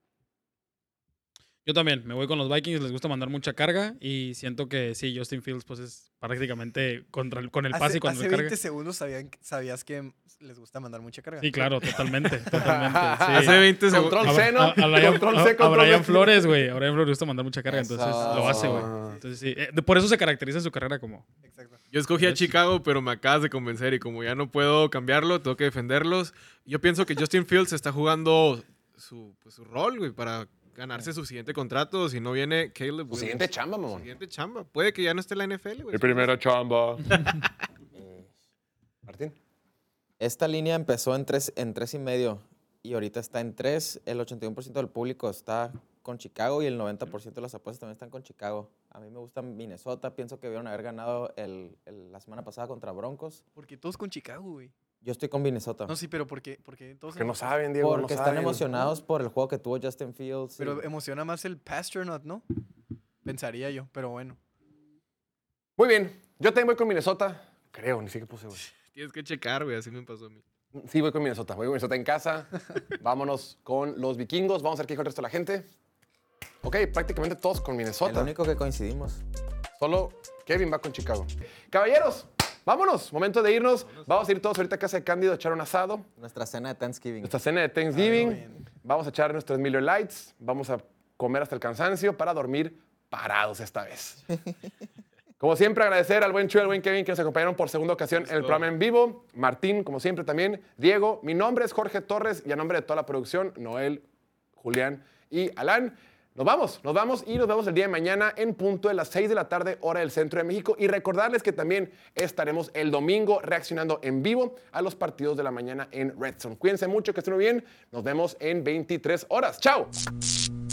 Yo también, me voy con los Vikings, les gusta mandar mucha carga y siento que sí, Justin Fields pues es prácticamente con el pase y con hace el 20 carga. segundos sabías que les gusta mandar mucha carga. Sí, claro, totalmente, totalmente. Hace Sí. 20 segundos. Control C, ¿no? A Brian Control C, a control Brian V. Flores, güey. A Brian Flores le gusta mandar mucha carga, entonces Eso. lo hace, güey. Entonces sí, por eso se caracteriza en su carrera como... Exacto. Yo escogí a Chicago, pero me acabas de convencer y como ya no puedo cambiarlo, tengo que defenderlos. Yo pienso que Justin Fields está jugando su rol, güey, para ganarse su siguiente contrato. Si no viene Caleb Tu Williams. siguiente chamba, Su mamón. siguiente chamba. Puede que ya no esté en la NFL, güey. Mi primera chamba. Martín. Esta línea empezó en 3.5 y ahorita está en 3. El 81% del público está con Chicago y el 90% de las apuestas también están con Chicago. A mí me gusta Minnesota. Pienso que debieron haber ganado la semana pasada contra Broncos. Porque todos con Chicago, güey. Yo estoy con Minnesota. No, sí, pero porque todos... Que no saben, Diego. Porque no están saben. emocionados por el juego que tuvo Justin Fields. Pero emociona más el Pasternak, ¿no? Pensaría yo, pero bueno. Muy bien. Yo también voy con Minnesota. Creo, ni siquiera puse, güey. Tienes que checar, güey. Así me pasó a mí. Sí, voy con Minnesota. Voy con Minnesota en casa. Vámonos con los vikingos. Vamos a ver qué dijo el resto de la gente. Ok, prácticamente todos con el Minnesota. único que coincidimos. Solo Kevin va con Chicago. Caballeros, vámonos. Momento de irnos. Vamos a ir todos ahorita a casa de Cándido a echar un asado. Nuestra cena de Thanksgiving. Nuestra cena de Thanksgiving. Vamos a echar nuestros Miller Lights. Vamos a comer hasta el cansancio para dormir parados esta vez. Como siempre, agradecer al buen Chu y al buen Kevin que nos acompañaron por segunda ocasión en el programa en vivo. Martín, como siempre, también. Diego, mi nombre es Jorge Torres y a nombre de toda la producción, Noel, Julián y Alan. Nos vamos y nos vemos el día de mañana en punto de las 6 de la tarde, hora del centro de México. Y recordarles que también estaremos el domingo reaccionando en vivo a los partidos de la mañana en Red Zone. Cuídense mucho, que estén muy bien. Nos vemos en 23 horas. ¡Chao!